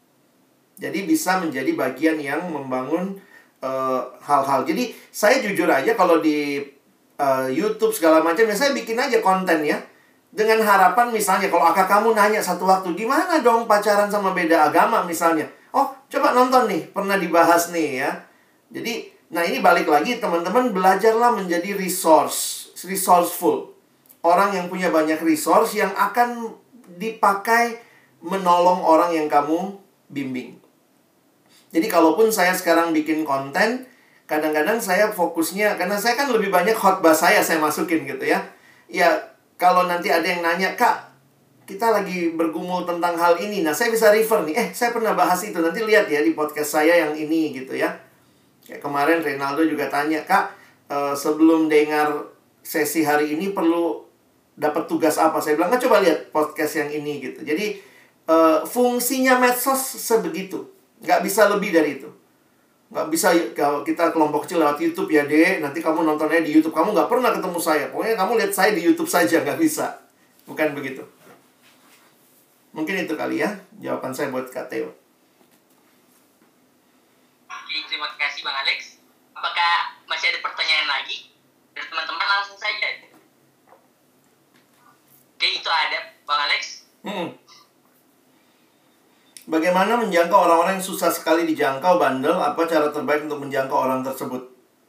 S2: Jadi bisa menjadi bagian yang membangun uh, hal-hal. Jadi saya jujur aja kalau di uh, YouTube segala macam, ya saya bikin aja konten ya, dengan harapan misalnya kalau akak kamu nanya satu waktu, gimana dong pacaran sama beda agama misalnya, oh coba nonton nih, pernah dibahas nih ya. Jadi nah ini balik lagi, teman-teman belajarlah menjadi resource resourceful. Orang yang punya banyak resource yang akan dipakai menolong orang yang kamu bimbing. Jadi kalaupun saya sekarang bikin konten, kadang-kadang saya fokusnya, karena saya kan lebih banyak khotbah saya, saya masukin gitu ya. Ya, kalau nanti ada yang nanya, Kak, kita lagi bergumul tentang hal ini. Nah, saya bisa refer nih, eh saya pernah bahas itu, nanti lihat ya di podcast saya yang ini gitu ya. Kayak kemarin Renaldo juga tanya, Kak, uh, sebelum dengar sesi hari ini perlu dapat tugas apa? Saya bilang, coba lihat podcast yang ini gitu. Jadi uh, fungsinya medsos sebegitu, nggak bisa lebih dari itu. Nggak bisa kalau kita kelompok kecil lewat YouTube ya dek, nanti kamu nontonnya di YouTube, kamu nggak pernah ketemu saya, pokoknya kamu lihat saya di YouTube saja, nggak bisa. Bukan begitu. Mungkin itu kali ya jawaban saya buat Kak Theo.
S3: Oke, terima kasih Bang Alex. Apakah masih ada pertanyaan lagi? Dari teman-teman langsung saja. Oke, itu ada Bang Alex.
S2: Hmm. Bagaimana menjangkau orang-orang yang susah sekali dijangkau, bandel? Apa cara terbaik untuk menjangkau orang tersebut?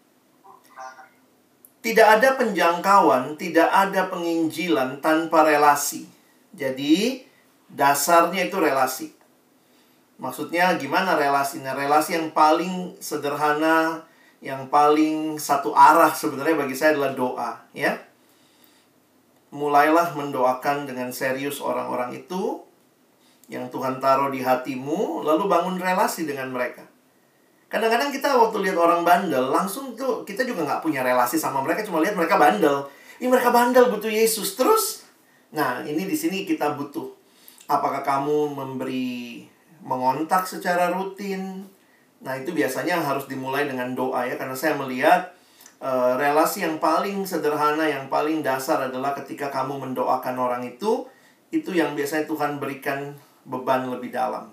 S2: Tidak ada penjangkauan, tidak ada penginjilan tanpa relasi. Jadi, dasarnya itu relasi. Maksudnya gimana relasinya? Relasi yang paling sederhana, yang paling satu arah sebenarnya bagi saya adalah doa, ya. Mulailah mendoakan dengan serius orang-orang itu yang Tuhan taruh di hatimu, lalu bangun relasi dengan mereka. Kadang-kadang kita waktu lihat orang bandel, langsung tuh kita juga nggak punya relasi sama mereka, cuma lihat mereka bandel. Ini mereka bandel, butuh Yesus. Terus, nah ini di sini kita butuh. Apakah kamu memberi, mengontak secara rutin? Nah itu biasanya harus dimulai dengan doa ya, karena saya melihat uh, relasi yang paling sederhana, yang paling dasar adalah ketika kamu mendoakan orang itu, itu yang biasanya Tuhan berikan beban lebih dalam.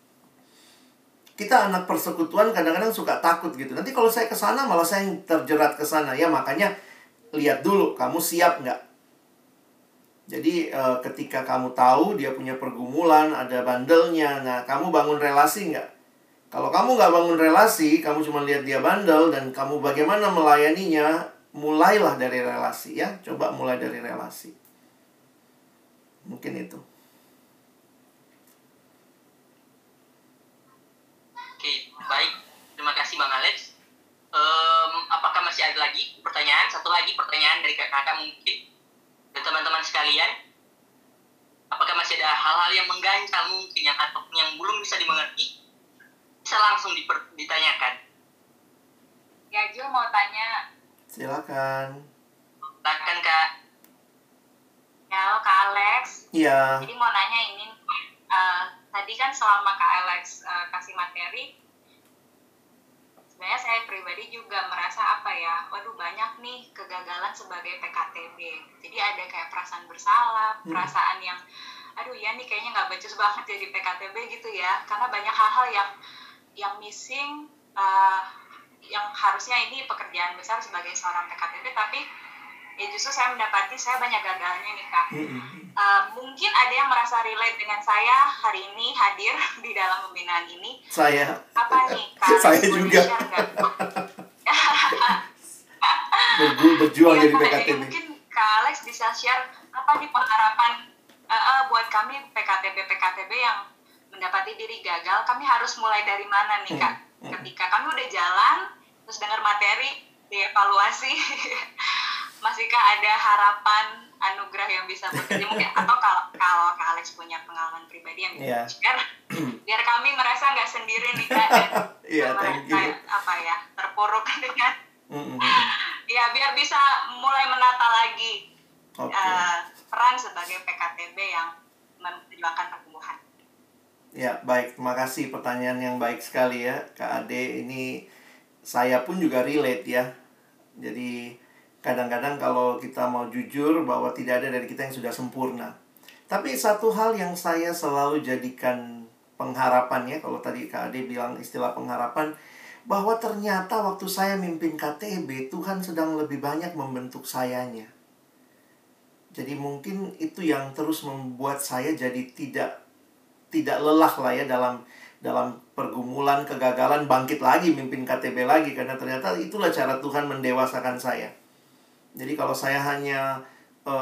S2: Kita anak persekutuan kadang-kadang suka takut gitu. Nanti kalau saya ke sana malah saya yang terjerat ke sana ya, makanya lihat dulu kamu siap nggak. Jadi e, ketika kamu tahu dia punya pergumulan, ada bandelnya, nah kamu bangun relasi nggak? Kalau kamu nggak bangun relasi, kamu cuma lihat dia bandel dan kamu bagaimana melayaninya, mulailah dari relasi ya. Coba mulai dari relasi. Mungkin itu.
S3: Oke, baik. Terima kasih Bang Alex. Um, apakah masih ada lagi pertanyaan? Satu lagi pertanyaan dari kakak-kakak mungkin. Dan teman-teman sekalian. Apakah masih ada hal-hal yang mengganjal mungkin yang atau yang belum bisa dimengerti? Bisa langsung diper, ditanyakan.
S4: Ya, Jo mau tanya.
S2: Silakan.
S3: Silakan Kak.
S4: Ya, halo Kak Alex.
S2: Iya.
S4: Jadi mau nanya ini, uh, tadi kan selama Kak Alex uh, kasih materi, sebenarnya saya pribadi juga merasa apa ya, waduh banyak nih kegagalan sebagai P K T B. Jadi ada kayak perasaan bersalah, hmm. perasaan yang, aduh ya nih kayaknya nggak becus banget jadi P K T B gitu ya, karena banyak hal-hal yang yang missing, uh, yang harusnya ini pekerjaan besar sebagai seorang P K T B, tapi ya justru saya mendapati saya banyak gagalnya nih Kak.
S2: Mm-mm.
S4: Uh, mungkin ada yang merasa relate dengan saya hari ini hadir di dalam pembinaan ini.
S2: Saya.
S4: Apa nih Kak?
S2: Saya
S4: Boleh
S2: juga.
S4: share nggak?
S2: Berju- berjuang
S4: Iya,
S2: jadi
S4: Kak,
S2: P K T
S4: jadi
S2: B.
S4: mungkin Kak Alex bisa share apa nih pengharapan uh, uh, buat kami P K T B P K T B yang mendapati diri gagal, kami harus mulai dari mana nih Kak?
S2: Hmm, hmm.
S4: Ketika kami udah jalan, terus dengar materi, dievaluasi, masihkah ada harapan anugerah yang bisa bekerja mungkin? Atau kalau kalau Kak Alex punya pengalaman pribadi yang bisa
S2: Iya.
S4: share, biar kami merasa nggak sendiri nih Kak, dan
S2: Iya,
S4: nggak
S2: thank
S4: merasa
S2: you.
S4: apa ya terpuruk dengan
S2: Mm-mm.
S4: ya biar bisa mulai menata lagi
S2: Oke.
S4: uh, peran sebagai P K T B yang memperjuangkan pertumbuhan.
S2: Ya, baik. Terima kasih, pertanyaan yang baik sekali ya, Kak Ade. Ini saya pun juga relate ya. Jadi kadang-kadang kalau kita mau jujur bahwa tidak ada dari kita yang sudah sempurna. Tapi satu hal yang saya selalu jadikan pengharapan ya, kalau tadi Kak Ade bilang istilah pengharapan, bahwa ternyata waktu saya mimpin K T B, Tuhan sedang lebih banyak membentuk sayanya. Jadi mungkin itu yang terus membuat saya jadi tidak tidak lelah lah ya dalam dalam pergumulan, kegagalan, bangkit lagi mimpin K T B lagi, karena ternyata itulah cara Tuhan mendewasakan saya. Jadi kalau saya hanya uh,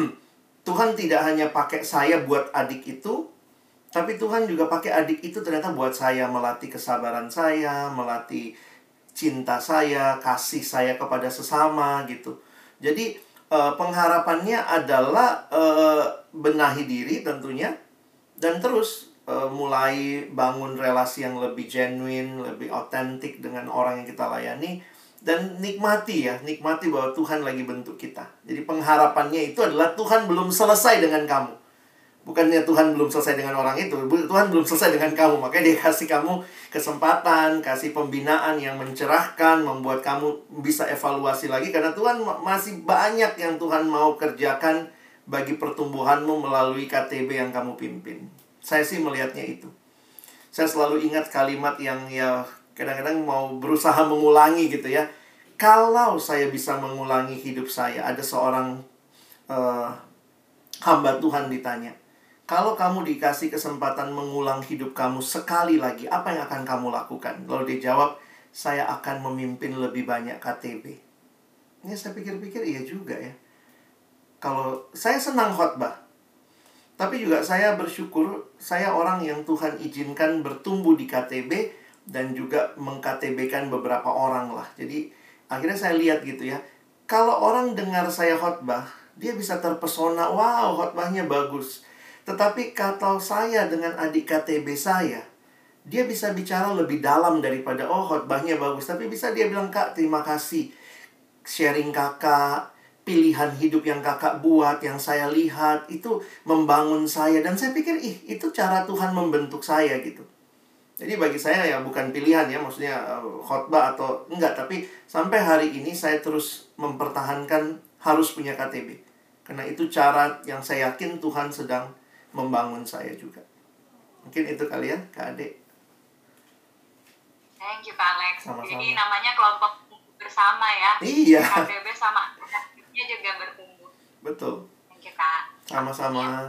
S2: Tuhan tidak hanya pakai saya buat adik itu, tapi Tuhan juga pakai adik itu ternyata buat saya, melatih kesabaran saya, melatih cinta saya, kasih saya kepada sesama gitu. Jadi uh, pengharapannya adalah uh, benahi diri tentunya, dan terus uh, mulai bangun relasi yang lebih genuine, lebih otentik dengan orang yang kita layani. Dan nikmati ya, nikmati bahwa Tuhan lagi bentuk kita. Jadi pengharapannya itu adalah Tuhan belum selesai dengan kamu. Bukannya Tuhan belum selesai dengan orang itu, Tuhan belum selesai dengan kamu. Makanya dia kasih kamu kesempatan, kasih pembinaan yang mencerahkan, membuat kamu bisa evaluasi lagi. Karena Tuhan masih banyak yang Tuhan mau kerjakan bagi pertumbuhanmu melalui K T B yang kamu pimpin. Saya sih melihatnya itu. Saya selalu ingat kalimat yang ya kadang-kadang mau berusaha mengulangi gitu ya. Kalau saya bisa mengulangi hidup saya, ada seorang uh, hamba Tuhan ditanya, kalau kamu dikasih kesempatan mengulang hidup kamu sekali lagi, apa yang akan kamu lakukan? Lalu dia jawab, saya akan memimpin lebih banyak K T B. Ini saya pikir-pikir iya juga ya. Kalau saya senang khotbah, tapi juga saya bersyukur saya orang yang Tuhan izinkan bertumbuh di K T B dan juga meng-K T B-kan beberapa orang lah. Jadi akhirnya saya lihat gitu ya, kalau orang dengar saya khotbah, dia bisa terpesona, wow khotbahnya bagus. Tetapi kalau saya dengan adik K T B saya, dia bisa bicara lebih dalam daripada, oh khotbahnya bagus. Tapi bisa dia bilang, Kak terima kasih, sharing kakak, pilihan hidup yang kakak buat, yang saya lihat, itu membangun saya. Dan saya pikir, ih itu cara Tuhan membentuk saya gitu. Jadi bagi saya ya bukan pilihan ya, maksudnya uh, khotbah atau enggak. Tapi sampai hari ini saya terus mempertahankan harus punya K T B. Karena itu cara yang saya yakin Tuhan sedang membangun saya juga. Mungkin itu kali ya, Kak Ade.
S4: Thank you Kak Alex.
S2: Sama-sama.
S4: Jadi namanya kelompok bersama ya.
S2: Iya.
S4: K T B sama aktifnya juga bertumbuh.
S2: Betul.
S4: Thank you Kak.
S2: Sama-sama.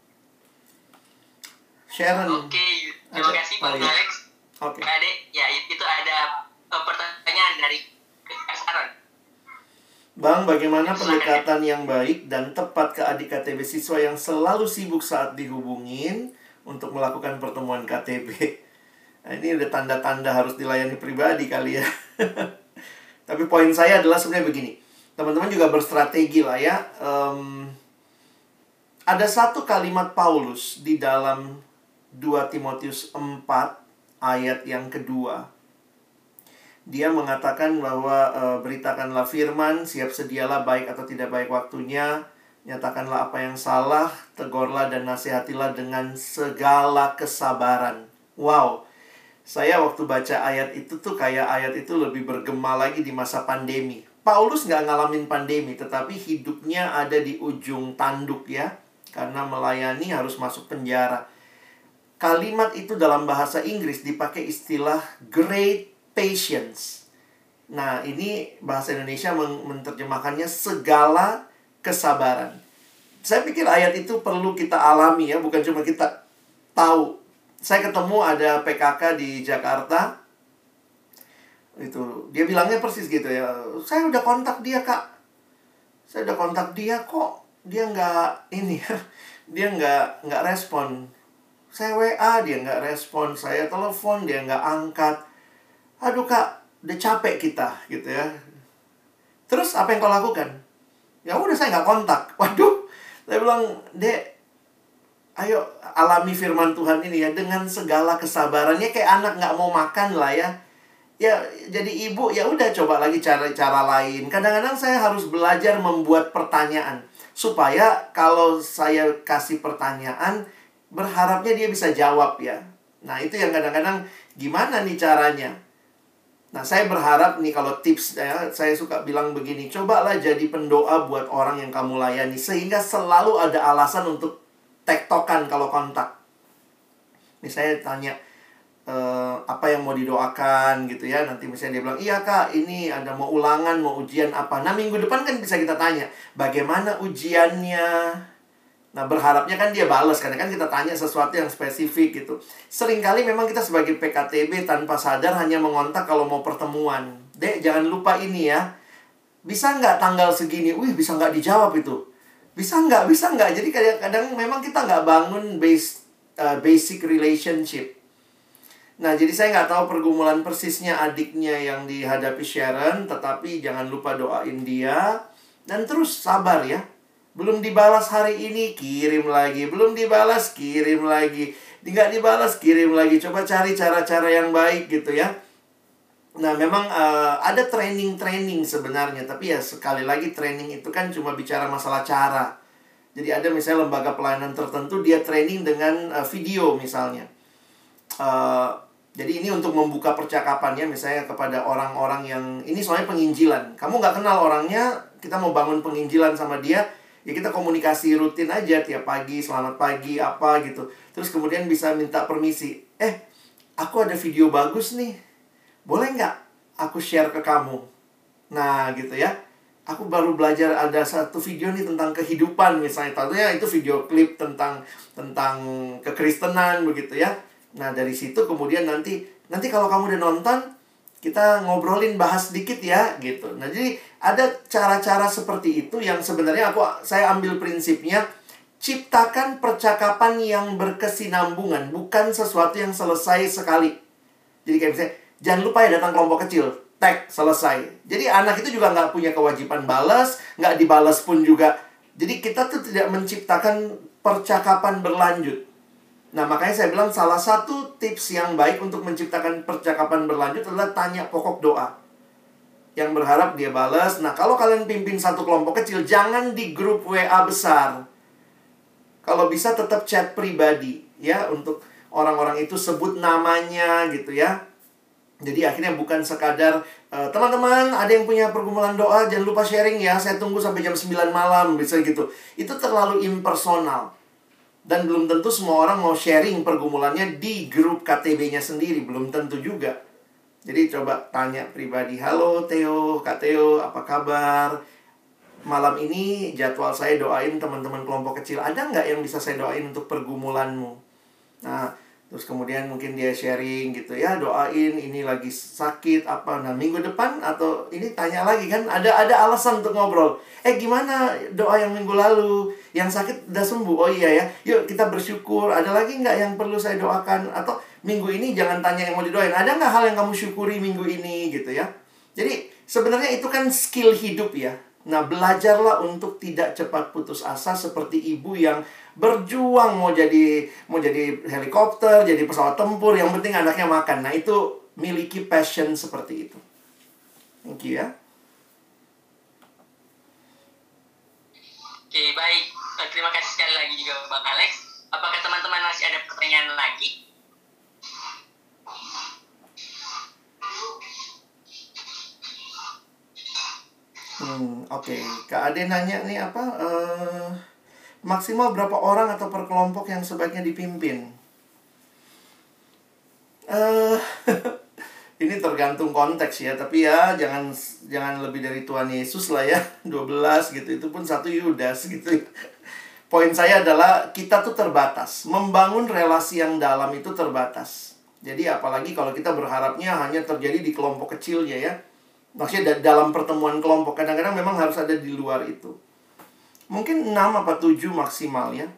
S2: Sharon.
S3: Oke, terima
S2: Ada
S3: kasih
S2: Pak
S3: Bang
S2: Lia.
S3: Alex.
S2: Oke.
S3: Kak Ade, ya itu ada uh, pertanyaan dari Kak Saron.
S2: Bang, bagaimana pendekatan yang baik dan tepat ke adik K T B siswa yang selalu sibuk saat dihubungin untuk melakukan pertemuan K T B? Nah, ini udah tanda-tanda harus dilayani pribadi kali ya. Tapi poin saya adalah sebenarnya begini. Teman-teman juga berstrategi lah ya. Um, ada satu kalimat Paulus di dalam dua Timotius empat ayat yang kedua. Dia mengatakan bahwa e, beritakanlah firman, siap sedialah baik atau tidak baik waktunya, nyatakanlah apa yang salah, tegurlah dan nasihatilah dengan segala kesabaran. Wow, saya waktu baca ayat itu tuh kayak ayat itu lebih bergema lagi di masa pandemi. Paulus nggak ngalamin pandemi, tetapi hidupnya ada di ujung tanduk ya, karena melayani harus masuk penjara. Kalimat itu dalam bahasa Inggris dipakai istilah great patience. Nah, ini bahasa Indonesia men- menerjemahkannya segala kesabaran. Saya pikir ayat itu perlu kita alami ya, bukan cuma kita tahu. Saya ketemu ada P K K di Jakarta. Itu, dia bilangnya persis gitu ya. Saya udah kontak dia, Kak. Saya udah kontak dia, kok dia nggak ini ya. Dia nggak nggak respon. Saya W A, dia nggak respon. Saya telepon, dia nggak angkat. Aduh, Kak, udah capek kita gitu ya. Terus apa yang kau lakukan? Ya udah, saya nggak kontak. Waduh, saya bilang, Dek, ayo alami firman Tuhan ini ya dengan segala kesabarannya, kayak anak nggak mau makan lah ya. Ya jadi ibu, ya udah coba lagi cara-cara lain. Kadang-kadang saya harus belajar membuat pertanyaan supaya kalau saya kasih pertanyaan, berharapnya dia bisa jawab ya. Nah, itu yang kadang-kadang gimana nih caranya? Nah, saya berharap nih kalau tips ya, saya suka bilang begini, cobalah jadi pendoa buat orang yang kamu layani, sehingga selalu ada alasan untuk tektokan kalau kontak. Nih saya tanya, e, apa yang mau didoakan gitu ya. Nanti misalnya dia bilang, iya Kak, ini ada mau ulangan, mau ujian apa. Nah, minggu depan kan bisa kita tanya, bagaimana ujiannya? Nah, berharapnya kan dia balas, karena kan kita tanya sesuatu yang spesifik gitu. Seringkali memang kita sebagai P K T B tanpa sadar hanya mengontak kalau mau pertemuan. Dek, jangan lupa ini ya. Bisa nggak tanggal segini? Wih, bisa nggak dijawab itu? Bisa nggak? Bisa nggak? Jadi kadang-kadang memang kita nggak bangun base, uh, basic relationship. Nah, jadi saya nggak tahu pergumulan persisnya adiknya yang dihadapi Sharon, tetapi jangan lupa doain dia. Dan terus sabar ya. Belum dibalas hari ini, kirim lagi. Belum dibalas, kirim lagi. Nggak dibalas, kirim lagi. Coba cari cara-cara yang baik gitu ya. Nah, memang uh, ada training-training sebenarnya. Tapi ya sekali lagi, training itu kan cuma bicara masalah cara. Jadi ada misalnya lembaga pelayanan tertentu, dia training dengan uh, video misalnya. Uh, jadi ini untuk membuka percakapannya misalnya kepada orang-orang yang... Ini soalnya penginjilan. Kamu nggak kenal orangnya, kita mau bangun penginjilan sama dia. Ya kita komunikasi rutin aja tiap pagi, selamat pagi, apa gitu. Terus kemudian bisa minta permisi. Eh, aku ada video bagus nih. Boleh nggak aku share ke kamu? Nah, gitu ya. Aku baru belajar ada satu video nih tentang kehidupan misalnya. Tentunya itu video klip tentang tentang kekristenan begitu ya. Nah, dari situ kemudian nanti nanti kalau kamu udah nonton, kita ngobrolin, bahas sedikit ya, gitu. Nah, jadi ada cara-cara seperti itu yang sebenarnya aku saya ambil prinsipnya, ciptakan percakapan yang berkesinambungan, bukan sesuatu yang selesai sekali. Jadi kayak misalnya, jangan lupa ya datang kelompok kecil, tag, selesai. Jadi anak itu juga nggak punya kewajiban balas, nggak dibalas pun juga. Jadi kita tuh tidak menciptakan percakapan berlanjut. Nah, makanya saya bilang salah satu tips yang baik untuk menciptakan percakapan berlanjut adalah tanya pokok doa. Yang berharap dia balas. Nah, kalau kalian pimpin satu kelompok kecil, jangan di grup W A besar. Kalau bisa tetap chat pribadi ya, untuk orang-orang itu sebut namanya gitu ya. Jadi akhirnya bukan sekadar uh, teman-teman ada yang punya pergumulan doa, jangan lupa sharing ya, saya tunggu sampai jam sembilan malam, bisa gitu. Itu terlalu impersonal. Dan belum tentu semua orang mau sharing pergumulannya di grup K T B-nya sendiri. Belum tentu juga. Jadi coba tanya pribadi. Halo Theo, Kak Theo, apa kabar? Malam ini jadwal saya doain teman-teman kelompok kecil. Ada nggak yang bisa saya doain untuk pergumulanmu? Nah, terus kemudian mungkin dia sharing gitu ya, doain ini lagi sakit apa. Nah, minggu depan atau ini tanya lagi kan, ada ada alasan untuk ngobrol. Eh, gimana doa yang minggu lalu? Yang sakit udah sembuh. Oh iya ya. Yuk kita bersyukur. Ada lagi nggak yang perlu saya doakan? Atau minggu ini jangan tanya yang mau didoain. Ada nggak hal yang kamu syukuri minggu ini gitu ya. Jadi sebenarnya itu kan skill hidup ya. Nah, belajarlah untuk tidak cepat putus asa seperti ibu yang berjuang mau jadi mau jadi helikopter, jadi pesawat tempur, yang penting anaknya makan. Nah, itu miliki passion seperti itu. Thank you ya.
S3: Oke, baik. Terima kasih sekali lagi juga Bang Alex. Apakah teman-teman masih ada pertanyaan lagi?
S2: Hmm, oke. Okay. Kak Ade nanya nih apa? Uh, maksimal berapa orang atau per kelompok yang sebaiknya dipimpin? Uh, Ini tergantung konteks ya, tapi ya jangan jangan lebih dari Tuhan Yesus lah ya, dua belas gitu, itu pun satu Yudas gitu. Poin saya adalah kita tuh terbatas, membangun relasi yang dalam itu terbatas. Jadi apalagi kalau kita berharapnya hanya terjadi di kelompok kecilnya ya. Maksudnya dalam pertemuan kelompok, kadang-kadang memang harus ada di luar itu. Mungkin enam apa tujuh maksimal ya.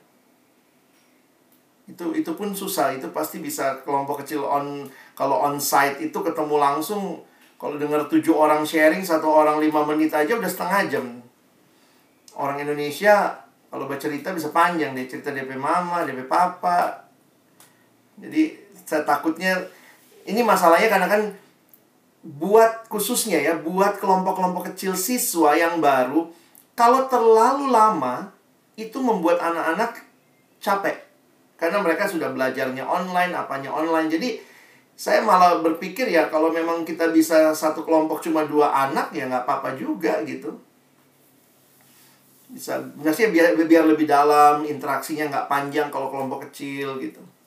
S2: Itu itu pun susah, itu pasti bisa kelompok kecil on. Kalau on-site itu ketemu langsung, kalau dengar tujuh orang sharing, satu orang lima menit aja udah setengah jam. Orang Indonesia kalau bercerita bisa panjang deh, cerita D P mama, D P papa. Jadi saya takutnya, ini masalahnya karena kan buat khususnya ya, buat kelompok-kelompok kecil siswa yang baru, kalau terlalu lama, itu membuat anak-anak capek. Karena mereka sudah belajarnya online, apanya online. Jadi saya malah berpikir ya, kalau memang kita bisa satu kelompok cuma dua anak, ya nggak apa-apa juga gitu. Bisa, maksudnya biar, biar lebih dalam, interaksinya nggak panjang kalau kelompok kecil gitu.